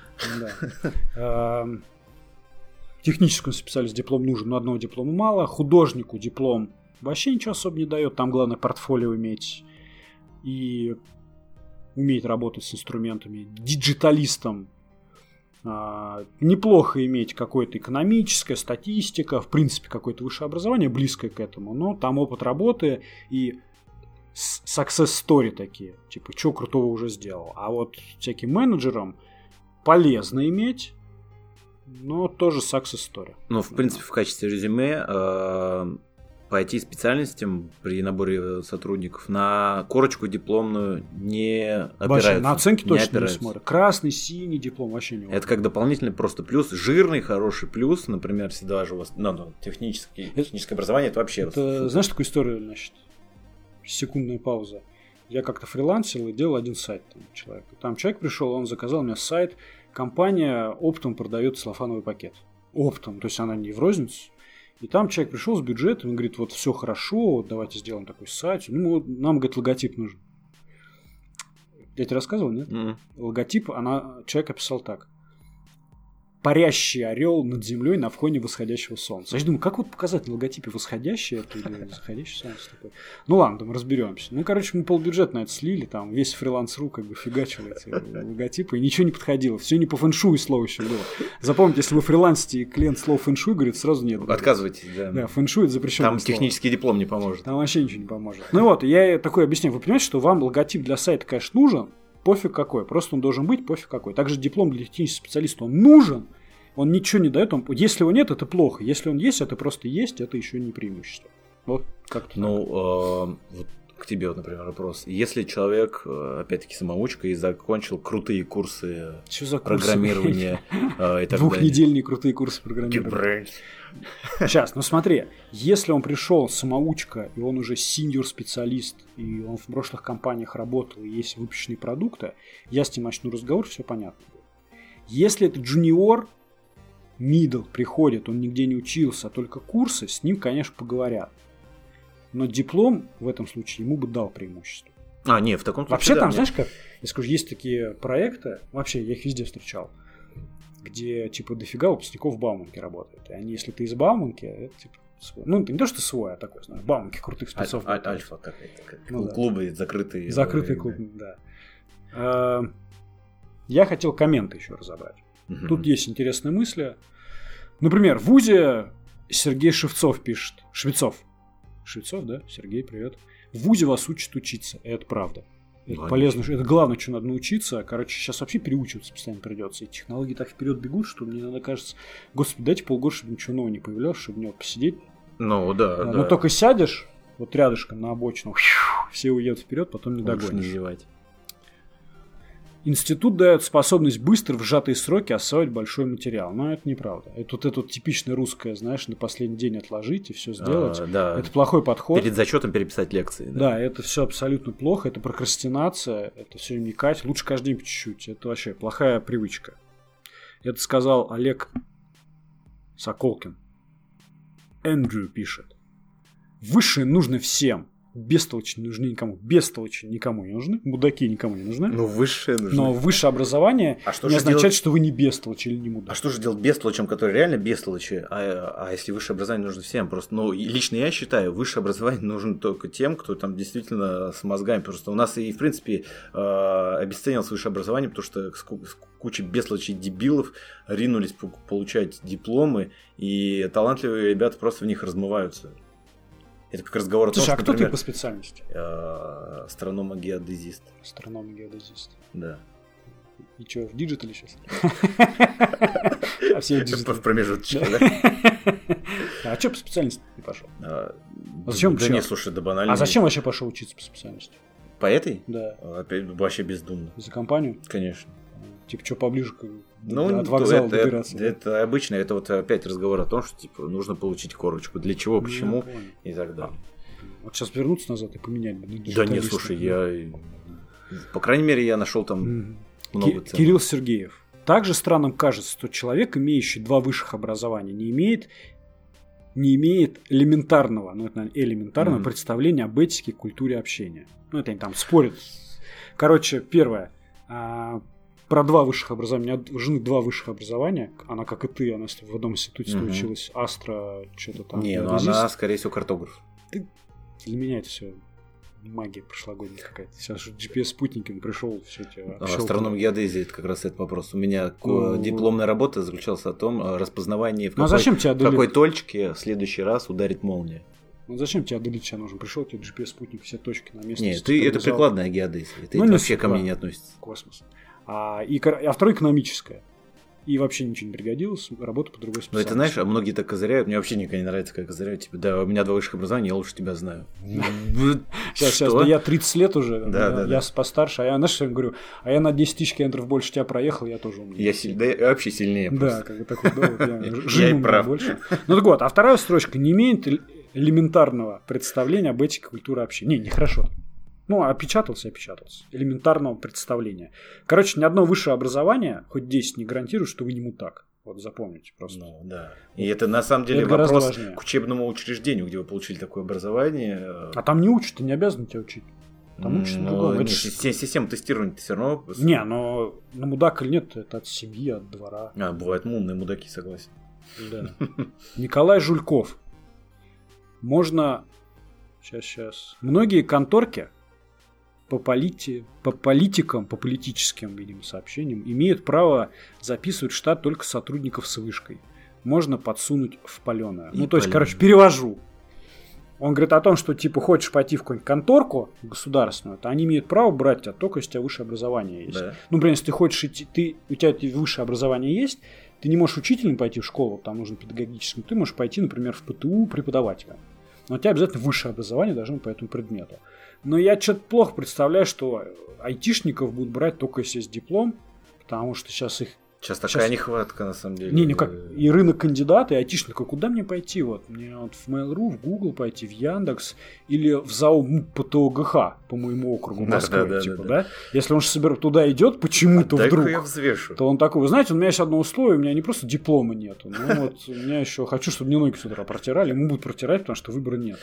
Speaker 1: Да. Техническому специалисту диплом нужен, но одного диплома мало. Художнику диплом вообще ничего особо не дает. Там главное портфолио иметь и уметь работать с инструментами. Диджиталистам Неплохо иметь какое-то экономическое, статистика, в принципе, какое-то высшее образование, близкое к этому, но там опыт работы и success story такие, типа, что крутого уже сделал. А вот всяким менеджерам полезно иметь, но тоже success story.
Speaker 2: Ну, в принципе, в качестве резюме по IT-специальностям при наборе сотрудников на корочку дипломную не опираются.
Speaker 1: Вообще, на оценки точно не смотрят. Красный, синий диплом вообще не.
Speaker 2: Это как дополнительный просто плюс. Жирный, хороший плюс. Например, если даже у вас техническое образование, это вообще...
Speaker 1: Это, знаешь такую историю, значит? Секундная пауза. Я как-то фрилансил и делал один сайт человеку. Там человек пришел, он заказал мне сайт. Компания оптом продает целлофановый пакет. Оптом, то есть она не в розницу. И там человек пришел с бюджетом и говорит, вот все хорошо, вот давайте сделаем такой сайт. Ну, нам, говорит, логотип нужен. Я тебе рассказывал, нет? Логотип, человек описал так. Парящий орел над землей на фоне восходящего солнца. Я думаю, как вот показать на логотипе восходящее это или заходящее солнце такое? Ну ладно, мы разберемся. Ну, короче, мы полбюджета на это слили, там весь фриланс.ру как бы фигачил эти логотипы, и ничего не подходило. Все не по фэншуй слово еще было. Запомните, если вы фрилансите, и клиент слово фэншуй говорит, сразу нет.
Speaker 2: Отказывайтесь, да.
Speaker 1: Да, фэншуй это запрещено.
Speaker 2: Там технический диплом не поможет.
Speaker 1: Там вообще ничего не поможет. Ну вот, я такое объясняю. Вы понимаете, что вам логотип для сайта, конечно, нужен, пофиг какой. Просто он должен быть, пофиг какой. Также диплом для технического специалиста, он нужен. Он ничего не дает. Если его нет, это плохо. Если он есть, это просто есть, это еще не преимущество. Вот как-то.
Speaker 2: Ну, вот к тебе, вот, например, вопрос. Если человек, опять-таки, самоучка и закончил крутые курсы программирования и так далее.
Speaker 1: Двухнедельные крутые курсы программирования. Сейчас, ну смотри, если он пришел самоучка, и он уже синьор-специалист, и он в прошлых компаниях работал, и есть выпущенные продукты, я с ним начну разговор, все понятно будет. Если это джуниор, мидл приходит, он нигде не учился, а только курсы, с ним, конечно, поговорят. Но диплом в этом случае ему бы дал преимущество.
Speaker 2: Нет, в таком случае.
Speaker 1: Вообще
Speaker 2: да,
Speaker 1: там, знаешь как, я скажу, есть такие проекты, вообще я их везде встречал, где типа дофига выпускников в Бауманке работают. И они, если ты из Бауманки, это типа свой. Ну, не то, что свой, а такой, знаешь, Бауманки крутых спецов.
Speaker 2: Альфа какая-то. Клубы закрытые.
Speaker 1: Закрытые клубы, да. Я хотел комменты еще разобрать. Тут есть интересные мысли. Например, в ВУЗе Сергей Шевцов пишет. Швецов, да? Сергей, привет. В ВУЗе вас учат учиться. И это правда. Это полезно. Это главное, что надо научиться. Короче, сейчас вообще переучиваться постоянно придется. И технологии так вперед бегут, что мне иногда кажется, господи, дайте полгода, чтобы ничего нового не появлялось, чтобы мне посидеть.
Speaker 2: Ну, да.
Speaker 1: Но только сядешь, вот рядышком на обочину, все уедут вперед, потом не догонишь.
Speaker 2: Не зевать.
Speaker 1: Институт дает способность быстро в сжатые сроки освоить большой материал. Но это неправда. Это вот типичное русское, знаешь, на последний день отложить и все сделать.
Speaker 2: Да.
Speaker 1: Это плохой подход.
Speaker 2: Перед зачетом переписать лекции.
Speaker 1: Да, это все абсолютно плохо. Это прокрастинация. Это все вникать. Лучше каждый день по чуть-чуть. Это вообще плохая привычка. Это сказал Олег Соколкин. Эндрю пишет. Высшее нужно всем. Бестолочи не нужны никому. Бестолочи никому не нужны. Мудаки никому не нужны.
Speaker 2: Ну, высшее нужно.
Speaker 1: Но высшее образование не означает, что вы не бестолочи или не мудак.
Speaker 2: А что же делать бестолочем, который реально бестолочи? А если высшее образование нужно всем? Просто, лично я считаю, высшее образование нужно только тем, кто там действительно с мозгами. Просто у нас и, в принципе, обесценилось высшее образование, потому что куча бестолочей дебилов ринулись получать дипломы, и талантливые ребята просто в них размываются. Это как разговор о том,
Speaker 1: что,
Speaker 2: что,
Speaker 1: кто
Speaker 2: например,
Speaker 1: ты по специальности?
Speaker 2: Астронома-геодезист.
Speaker 1: Астронома-геодезист.
Speaker 2: Да.
Speaker 1: И что, в диджитале сейчас? А все в диджитале.
Speaker 2: В промежуточке, да?
Speaker 1: А что по специальности не пошел?
Speaker 2: Зачем? Да не, слушай, да банально.
Speaker 1: А зачем вообще пошел учиться по специальности?
Speaker 2: По этой?
Speaker 1: Да.
Speaker 2: Вообще бездумно.
Speaker 1: За компанию?
Speaker 2: Конечно.
Speaker 1: Типа, что поближе от вокзала добираться.
Speaker 2: Это обычно, это вот опять разговор о том, что типа нужно получить корочку. Для чего, почему и так далее.
Speaker 1: Вот сейчас вернуться назад и поменять.
Speaker 2: Да нет, слушай, я... По крайней мере, я нашел там много ценных.
Speaker 1: Кирилл Сергеев. Также странным кажется, что человек, имеющий 2 высших образования, не имеет элементарного, это, наверное, элементарного представления об этике и культуре общения. Это они там спорят. Короче, первое. Про 2 высших образования. У меня жены 2 высших образования. Она, как и ты, она в одном институте училась. Астро, что-то там.
Speaker 2: Не, она, скорее всего, картограф.
Speaker 1: Для меня это все магия прошлогодняя какая-то. Сейчас же GPS-спутником пришел, все тебя...
Speaker 2: Астроном геодезии, это как раз этот вопрос. У меня дипломная работа заключалась о том, распознавании, в какой точке в следующий раз ударит молния.
Speaker 1: Ну зачем тебе аделит сейчас нужен? Пришел тебе GPS-спутник, все точки на месте.
Speaker 2: Нет, это прикладная геодезия. Это вообще ко мне не относится.
Speaker 1: Космос. А второе экономическое. И вообще ничего не пригодилось, работа по другой специальности.
Speaker 2: Ну, это знаешь, многие так козыряют. Мне вообще никогда не нравится, как козыряют. Типа, да, у меня 2 высших образования, я лучше тебя знаю.
Speaker 1: Сейчас, да я 30 лет уже, я постарше, а я, знаешь, я говорю, а я на 10 тысяч километров больше тебя проехал, я тоже умный.
Speaker 2: Я вообще сильнее просто.
Speaker 1: Да, как бы такой, я и прав. Ну так вот, а вторая строчка не имеет элементарного представления об этике культуры общения. Нехорошо. Ну, опечатался. Элементарного представления. Короче, ни одно высшее образование, хоть 10, не гарантирует, что вы не мутак. Вот запомните просто.
Speaker 2: Ну, да. И это на самом деле вопрос к учебному учреждению, где вы получили такое образование.
Speaker 1: А там не учат, ты не обязан тебя учить. Там учат другому.
Speaker 2: Система тестирования все равно...
Speaker 1: Не, но на мудак или нет, это от семьи, от двора.
Speaker 2: Бывают умные мудаки, согласен.
Speaker 1: Да. Николай Жульков. Можно... Сейчас. Многие конторки по политикам, по политическим, видимо, сообщениям имеют право записывать в штат только сотрудников с вышкой. Можно подсунуть в паленое. Ну, то есть, короче, перевожу. Он говорит о том, что, типа, хочешь пойти в какую-нибудь конторку государственную, то они имеют право брать тебя только, если у тебя высшее образование есть. Да. Ну, например, если ты хочешь идти, у тебя высшее образование есть, ты не можешь учителем пойти в школу, там нужно педагогическим, ты можешь пойти, например, в ПТУ преподавателем. Но у тебя обязательно высшее образование должно быть по этому предмету. Но я что-то плохо представляю, что айтишников будут брать только если есть диплом, потому что сейчас их...
Speaker 2: Сейчас такая нехватка, на самом деле.
Speaker 1: Не, как и рынок кандидата, и айтишников. Куда мне пойти? Вот мне вот в Mail.ru, в Google пойти, в Яндекс или в ЗАО ПТОГХ по моему округу Москвы. Да. Если он же туда идет почему-то вдруг,
Speaker 2: я взвешу.
Speaker 1: То он такой, вы знаете, у меня есть одно условие, у меня не просто диплома нет, но вот у меня еще хочу, чтобы мне ноги с утра протирали, ему будут протирать, потому что выбора нет.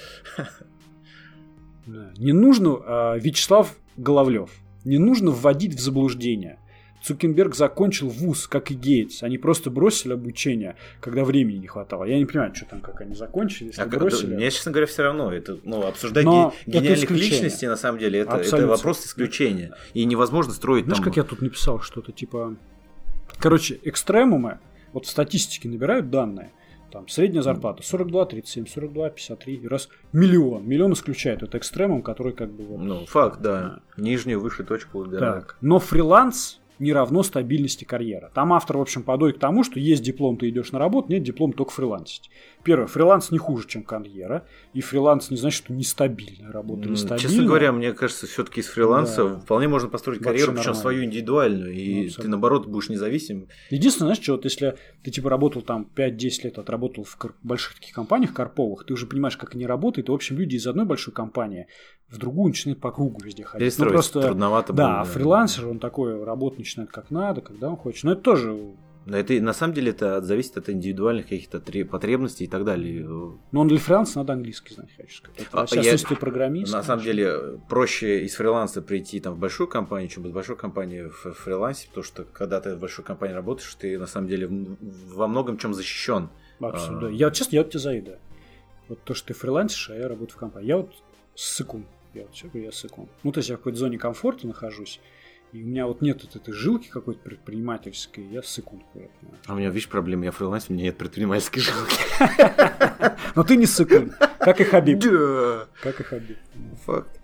Speaker 1: Не нужно, Вячеслав Головлев, не нужно вводить в заблуждение. Цукерберг закончил вуз, как и Гейтс. Они просто бросили обучение, когда времени не хватало. Я не понимаю, что там, как они закончили, если бросили.
Speaker 2: Мне, честно говоря, все равно. Это, обсуждать гениальных личностей, на самом деле, это вопрос исключения. И невозможно строить
Speaker 1: Знаешь, как я тут написал что-то типа... Короче, экстремумы, вот в статистике набирают данные. Там средняя зарплата 42, 37, 42, 53, и раз миллион. Миллион исключает. Это экстремум, который как бы... Вот,
Speaker 2: факт, да. Нижнюю, высшую точку выбирают.
Speaker 1: Так. Но фриланс не равно стабильности карьеры. Там автор, в общем, подойдет к тому, что есть диплом, ты идешь на работу, нет диплом, только фрилансить. Первое, фриланс не хуже, чем карьера, и фриланс не значит, что нестабильная работа, нестабильная.
Speaker 2: Честно говоря, мне кажется, все-таки из фриланса вполне можно построить карьеру, причем свою индивидуальную, и ты, наоборот, будешь независим.
Speaker 1: Единственное, знаешь, что вот если ты типа работал там 5-10 лет, отработал в больших таких компаниях карповых, ты уже понимаешь, как они работают, и, в общем, люди из одной большой компании в другую начинают по кругу везде ходить.
Speaker 2: Перестроить просто трудновато было.
Speaker 1: Да, а фрилансер, он такой, работать начинает как надо, когда он хочет. Но это тоже...
Speaker 2: Но это на самом деле это зависит от индивидуальных каких-то потребностей и так далее.
Speaker 1: Но он для фриланса надо английский знать, хочу сказать. Если ты программист.
Speaker 2: На самом деле проще из фриланса прийти там, в большую компанию, чем из большой компании в фрилансе, потому что когда ты в большой компании работаешь, ты на самом деле во многом чем защищен.
Speaker 1: Абсолютно. Я вот честно, я вот тебе завидую. Вот то, что ты фрилансишь, а я работаю в компании. Я вот ссыкун. Я ссыкун. Ну, то есть я в какой-то зоне комфорта нахожусь. И у меня вот нет вот этой жилки какой-то предпринимательской, я ссыкун.
Speaker 2: А у меня, видишь, проблема, я фрилансер, у меня нет предпринимательской жилки.
Speaker 1: Но ты не ссыкун, как и Хабиб.
Speaker 2: Да.
Speaker 1: Как и Хабиб.
Speaker 2: Факт.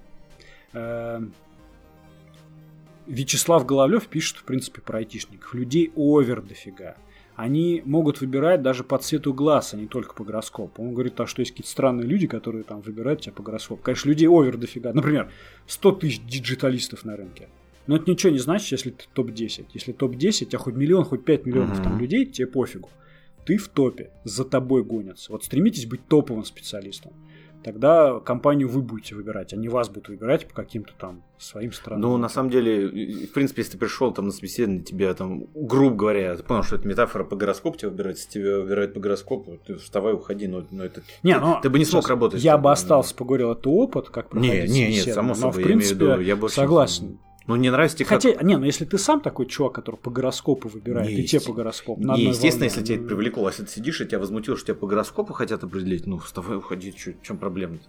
Speaker 1: Вячеслав Головлев пишет, в принципе, про айтишников. Людей овер дофига. Они могут выбирать даже по цвету глаз, а не только по гороскопу. Он говорит, что есть какие-то странные люди, которые там выбирают тебя по гороскопу. Конечно, людей овер дофига. Например, 100 тысяч диджиталистов на рынке. Но это ничего не значит, если ты топ-10. Если топ-10, у тебя хоть миллион, хоть 5 миллионов там людей, тебе пофигу. Ты в топе, за тобой гонятся. Вот стремитесь быть топовым специалистом. Тогда компанию вы будете выбирать, а не вас будут выбирать по каким-то там своим странам.
Speaker 2: Ну, на самом деле, в принципе, если ты пришел там на собеседование, тебя там, грубо говоря, ты понял, что это метафора по гороскопу тебя выбирать, если тебя выбирают по гороскопу, ты вставай, уходи, но это... ты бы не смог работать.
Speaker 1: Я бы остался, поговорил, это опыт, как проходить собеседование.
Speaker 2: Нет, само собой,
Speaker 1: но, в принципе,
Speaker 2: я бы
Speaker 1: согласен.
Speaker 2: Ну, не нравится тебе
Speaker 1: Хотя, но если ты сам такой чувак, который по гороскопу выбирает, и тебе по гороскопу.
Speaker 2: Естественно, если тебя это привлекло, а если ты сидишь, и тебя возмутило, что тебя по гороскопу хотят определить, вставай, уходи, в чем проблема-то?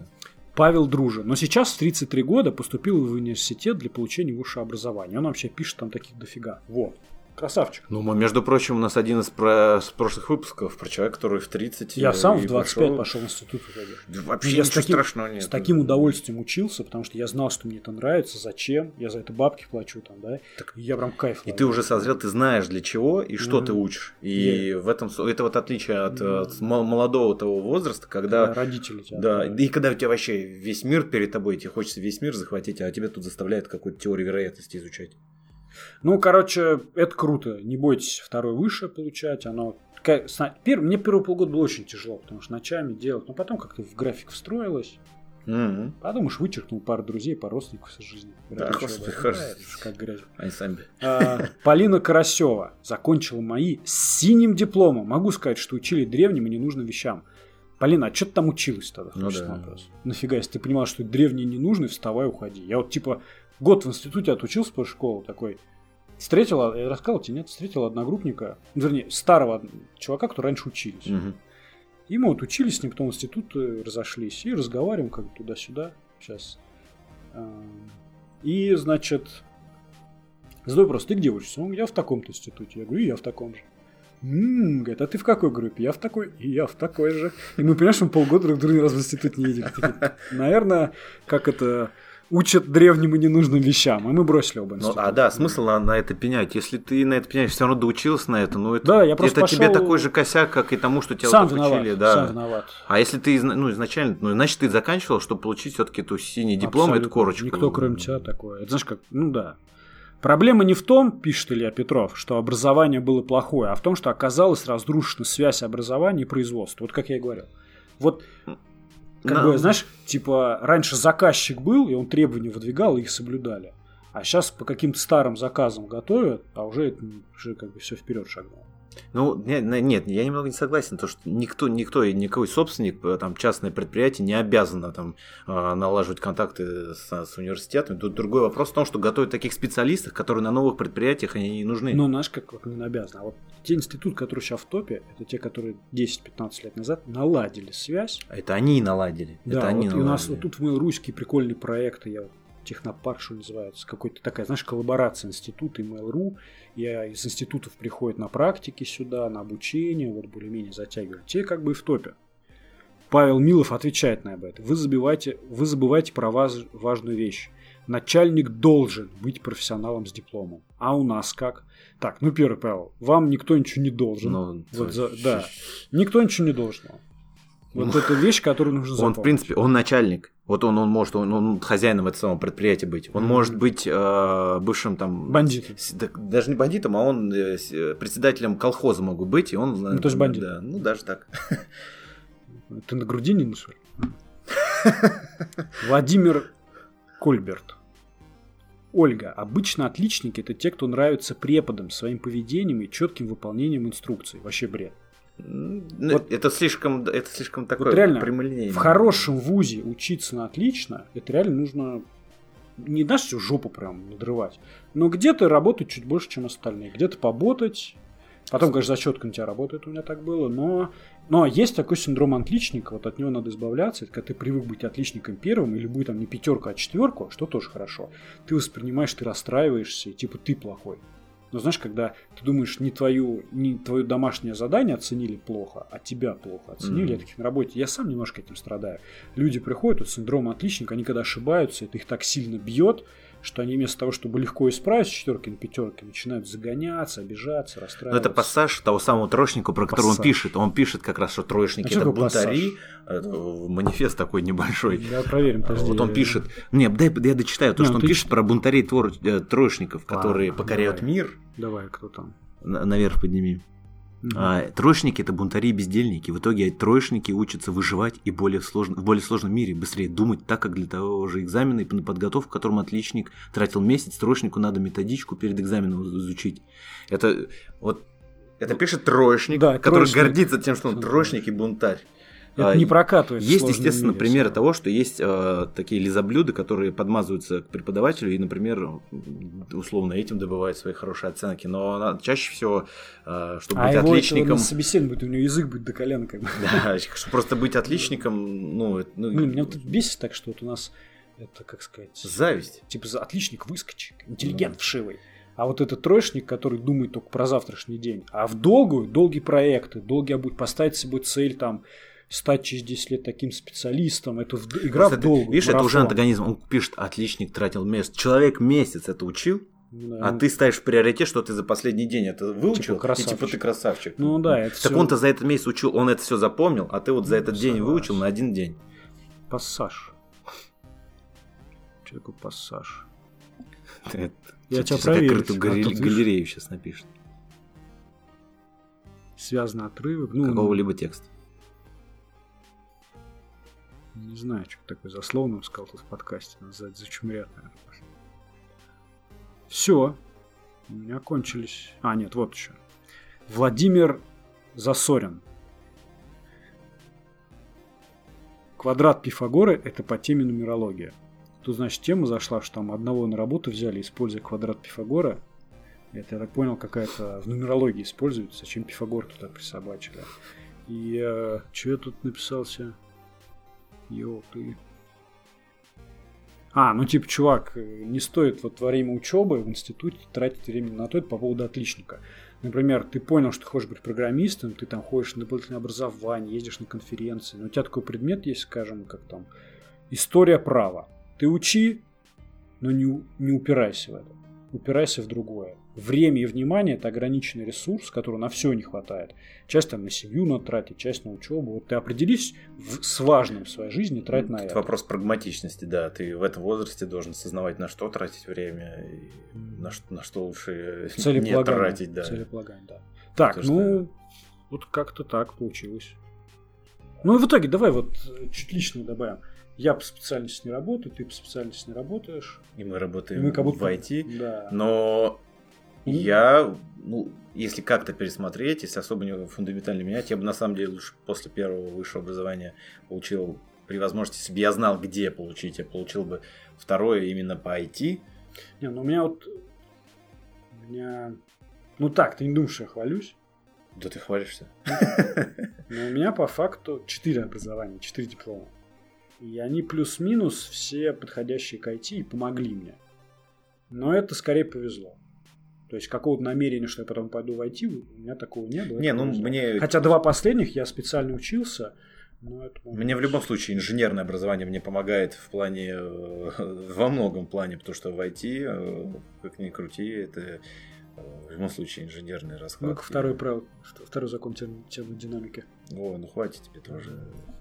Speaker 1: Павел Дружин. Но сейчас в 33 года поступил в университет для получения высшего образования. Он вообще пишет там таких дофига. Вот. Красавчик.
Speaker 2: Ну, между прочим, у нас один из прошлых выпусков про человека, который в 30...
Speaker 1: Я сам в 25 пошел в институт.
Speaker 2: Вообще ничего страшного нет.
Speaker 1: С таким удовольствием учился, потому что я знал, что мне это нравится, зачем, я за это бабки плачу там, да, так, и я прям кайф ловлю.
Speaker 2: И ты уже созрел, ты знаешь для чего и что ты учишь. И в этом это вот отличие от молодого того возраста, когда
Speaker 1: родители тебя...
Speaker 2: Да, и когда у тебя вообще весь мир перед тобой, тебе хочется весь мир захватить, а тебя тут заставляют какую-то теорию вероятности изучать.
Speaker 1: Ну, короче, это круто. Не бойтесь второй высшее получать. Оно... Мне первые полгода было очень тяжело, потому что ночами делать. Но потом как-то в график встроилось. Потом уж вычеркнул пару друзей, пару родственников из жизни.
Speaker 2: Да, господи, хорошо.
Speaker 1: Как грязь.
Speaker 2: Они сами.
Speaker 1: Полина Карасева закончила мои с синим дипломом. Могу сказать, что учили древним и ненужным вещам. Полина, а что ты там училась тогда? Вопрос. Нафига, если ты понимала, что древние не нужны, вставай, уходи. Я вот типа... Год в институте отучился после школы такой. Встретила, я рассказал тебе, нет? Встретила одногруппника, вернее, старого чувака, который раньше учились. И мы вот учились с ним, потом в институт разошлись. И разговариваем как бы туда-сюда. Сейчас. И, значит, задаю вопрос, ты где учишься? Он говорит, я в таком-то институте. Я говорю, и я в таком же. Говорит, а ты в какой группе? Я в такой, и я в такой же. И мы понимаем, что мы полгода друг другу раз в институт не едем. Наверное, как это... Учат древним и ненужным вещам, и мы бросили оба института.
Speaker 2: Смысл на это пенять. Если ты на это пеняешь, все равно доучился на это, ну это,
Speaker 1: да, я просто
Speaker 2: это тебе такой же косяк, как и тому, что тебя
Speaker 1: сам
Speaker 2: вот
Speaker 1: виноват,
Speaker 2: учили. Да.
Speaker 1: Сам виноват.
Speaker 2: А если ты изначально, значит, ты заканчивал, чтобы получить все-таки эту синий диплом, эту корочку.
Speaker 1: Никто, кроме тебя, такое. Это знаешь, как, Проблема не в том, пишет Илья Петров, что образование было плохое, а в том, что оказалась разрушена связь образования и производства. Вот как я и говорил. Вот... Как бы, знаешь, типа, раньше заказчик был, и он требования выдвигал, и их соблюдали. А сейчас по каким-то старым заказам готовят, а уже как бы все вперед шагнуло.
Speaker 2: Ну, нет, я немного не согласен, то что никакой собственник, там, частное предприятие не обязано там налаживать контакты с университетами. Тут другой вопрос в том, что готовят таких специалистов, которые на новых предприятиях они не нужны.
Speaker 1: Ну, знаешь, как не обязаны. А вот те институты, которые сейчас в топе, это те, которые 10-15 лет назад наладили связь.
Speaker 2: Это они и наладили.
Speaker 1: Да,
Speaker 2: это они наладили.
Speaker 1: И у нас вот тут в Mail.ru прикольные проекты, я Технопарк, что называется, какой-то такая, знаешь, коллаборация института и Mail.ru. Я из институтов приходят на практики сюда, на обучение, вот более-менее затягивают. Те как бы и в топе. Павел Милов отвечает на это. Вы забываете про важную вещь. Начальник должен быть профессионалом с дипломом. А у нас как? Так, первый, Павел, вам никто ничего не должен. Да, никто ничего не должен. Вот это вещь, которую нужно запомнить.
Speaker 2: Он, в принципе, он начальник. Вот он может, он хозяином этого самого предприятия быть. Он может быть бывшим там...
Speaker 1: Бандитом.
Speaker 2: Даже не бандитом, а он председателем колхоза могут быть. И он,
Speaker 1: то есть бандит.
Speaker 2: Да, даже так.
Speaker 1: Ты на груди не нашел? Владимир Кольберт. Ольга. Обычно отличники – это те, кто нравится преподам своим поведением и четким выполнением инструкций. Вообще бред.
Speaker 2: Вот, это слишком такое
Speaker 1: вот реально,
Speaker 2: прямолинейное.
Speaker 1: В хорошем вузе учиться на отлично, это реально нужно не дашь всю жопу прям надрывать, но где-то работать чуть больше, чем остальные. Где-то поботать. Потом, конечно, зачетка на тебя работает, у меня так было, но есть такой синдром отличника, вот от него надо избавляться. Это когда ты привык быть отличником первым, или будет там не 5, а 4, что тоже хорошо. Ты воспринимаешь, ты расстраиваешься, и типа ты плохой. Но знаешь, когда ты думаешь, не твое домашнее задание оценили плохо, а тебя плохо оценили, я таких на работе, я сам немножко этим страдаю. Люди приходят, вот синдром отличника, они когда ошибаются, это их так сильно бьет, что они вместо того, чтобы легко исправить с 4 на 5, начинают загоняться, обижаться, расстраиваться.
Speaker 2: Но это пассаж того самого троечника, про который он пишет. Он пишет как раз, что троечники это бунтари. Манифест такой небольшой.
Speaker 1: Да, проверим, подожди.
Speaker 2: Вот он пишет. Я дочитаю то, что он пишет про бунтарей троечников, которые покоряют мир.
Speaker 1: Давай, кто там?
Speaker 2: Наверх подними. Троечники – это бунтари и бездельники. В итоге троечники учатся выживать и в более сложном мире, быстрее думать, так как для того же экзамена и на подготовку, к которому отличник тратил месяц, троечнику надо методичку перед экзаменом изучить. Это пишет троечник, который гордится тем, что он троечник и бунтарь.
Speaker 1: Это не прокатывает.
Speaker 2: Есть, естественно, примеры того, что есть такие лизоблюды, которые подмазываются к преподавателю и, например, условно этим добывают свои хорошие оценки. Но чаще всего, чтобы быть отличником...
Speaker 1: А его собеседник будет, у него язык будет до колена. Как бы.
Speaker 2: Да, чтобы просто быть отличником...
Speaker 1: Меня вот бесит так, что вот у нас это, как сказать...
Speaker 2: Зависть.
Speaker 1: Типа отличник, выскочек, интеллигент вшивый. А вот этот троечник, который думает только про завтрашний день. А в долгие проекты, будет поставить себе цель там... стать через 10 лет таким специалистом, это игра в долгую.
Speaker 2: Видишь, это уже антагонизм. Он пишет, отличник тратил месяц. Человек месяц это учил, а ты ставишь в приоритет, что ты за последний день это выучил, и типа ты красавчик.
Speaker 1: Ну да, это
Speaker 2: так он-то за этот месяц учил, он это все запомнил, а ты вот за этот день выучил на один день.
Speaker 1: Пассаж. Человеку пассаж.
Speaker 2: Я тебя проверю. Галерею сейчас напишет.
Speaker 1: Связаны отрывок.
Speaker 2: Какого-либо текста.
Speaker 1: Не знаю, что такое засловно сказал тут в подкасте. Называется зачумрят, наверное. Все. У меня кончились. Нет, вот еще. Владимир Засорин. Квадрат Пифагора – это по теме нумерология. Тут, значит, тема зашла, что там одного на работу взяли, используя квадрат Пифагора. Это, я так понял, какая-то в нумерологии используется. Зачем Пифагор туда присобачили? И что я тут написался? Ёлки. Чувак, не стоит вот во время учебы в институте тратить время на то, это по поводу отличника. Например, ты понял, что ты хочешь быть программистом, ты там ходишь на дополнительное образование, ездишь на конференции, но у тебя такой предмет есть, скажем, как там история права. Ты учи, но не упирайся в это. Упирайся в другое. Время и внимание – это ограниченный ресурс, которого на все не хватает. Часть там на семью надо тратить, часть на учебу. Вот ты определись с важным в своей жизни, трать на это.
Speaker 2: Вопрос прагматичности, да. Ты в этом возрасте должен осознавать, на что тратить время, и на что лучше не тратить. Да.
Speaker 1: Целеполагание, да. Так, вот как-то так получилось. Ну и в итоге давай вот чуть личное добавим. Я по специальности не работаю, ты по специальности не работаешь.
Speaker 2: И мы работаем в IT.
Speaker 1: Да.
Speaker 2: Но я, если как-то пересмотреть, если особо не фундаментально менять, я бы на самом деле лучше после первого высшего образования получил, при возможности, если бы я знал, где получить, я получил бы второе именно по IT.
Speaker 1: Не, у меня ты не думаешь, что я хвалюсь?
Speaker 2: Да ты хвалишься.
Speaker 1: Но у меня по факту 4 образования, 4 диплома. И они плюс-минус все подходящие к IT и помогли мне. Но это скорее повезло. То есть какого-то намерения, что я потом пойду в IT, у меня такого не было. Хотя 2 последних я специально учился. Но это...
Speaker 2: Мне в любом случае инженерное образование мне помогает в плане, во многом плане, потому что в IT, как ни крути, это в любом случае инженерный расклад.
Speaker 1: Ну-ка, второй закон термодинамики.
Speaker 2: Хватит тебе тоже.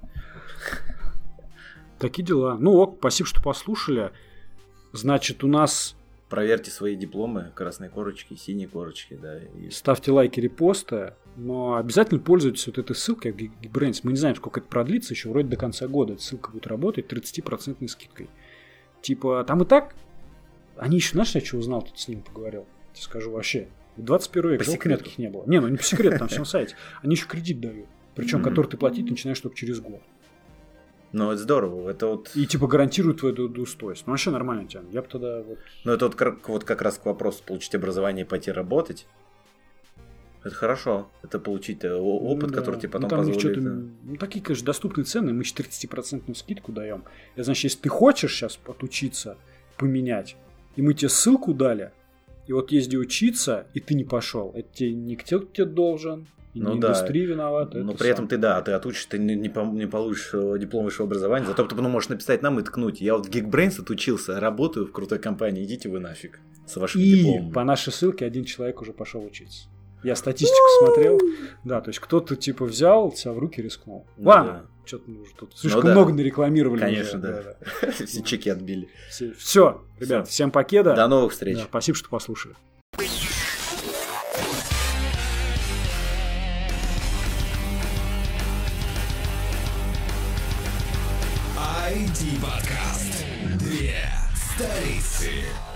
Speaker 1: Такие дела. Спасибо, что послушали. Значит, у нас...
Speaker 2: Проверьте свои дипломы, красные корочки, синие корочки, да.
Speaker 1: Ставьте лайки, репосты, но обязательно пользуйтесь вот этой ссылкой Geekbrains. Мы не знаем, сколько это продлится, еще вроде до конца года эта ссылка будет работать 30% скидкой. Типа, там и так... Они еще, знаешь, я что узнал, тут с ним поговорил? Тебе скажу вообще. В 21 век жалко таких не было. Не по секрету, там все на сайте. Они еще кредит дают. Причем, который ты платить начинаешь только через год.
Speaker 2: Это здорово. Это вот...
Speaker 1: И гарантирует твою достоинство. Вообще нормально тян. Я бы тогда вот...
Speaker 2: это вот как раз к вопросу получить образование и пойти работать. Это хорошо. Это получить опыт, который тебе потом позволит...
Speaker 1: Такие, конечно, доступные цены. Мы 40% скидку даем. Значит, если ты хочешь сейчас отучиться, поменять, и мы тебе ссылку дали, и вот езди учиться, и ты не пошел, это тебе никто тебе должен... И индустрия виновата.
Speaker 2: Но при этом ты отучишь, ты не получишь диплом высшего образования, зато ты можешь написать нам и ткнуть. Я вот в Geekbrains отучился, работаю в крутой компании, идите вы нафиг с вашим дипломом.
Speaker 1: И по нашей ссылке 1 человек уже пошел учиться. Я статистику смотрел. Да, то есть кто-то взял, себя в руки рискнул. Ладно, что-то мы уже тут слишком много нарекламировали.
Speaker 2: Конечно, да. Все чеки отбили.
Speaker 1: Все, ребят, всем покеда.
Speaker 2: До новых встреч.
Speaker 1: Спасибо, что послушали.
Speaker 3: IT-подкаст. 2 столицы.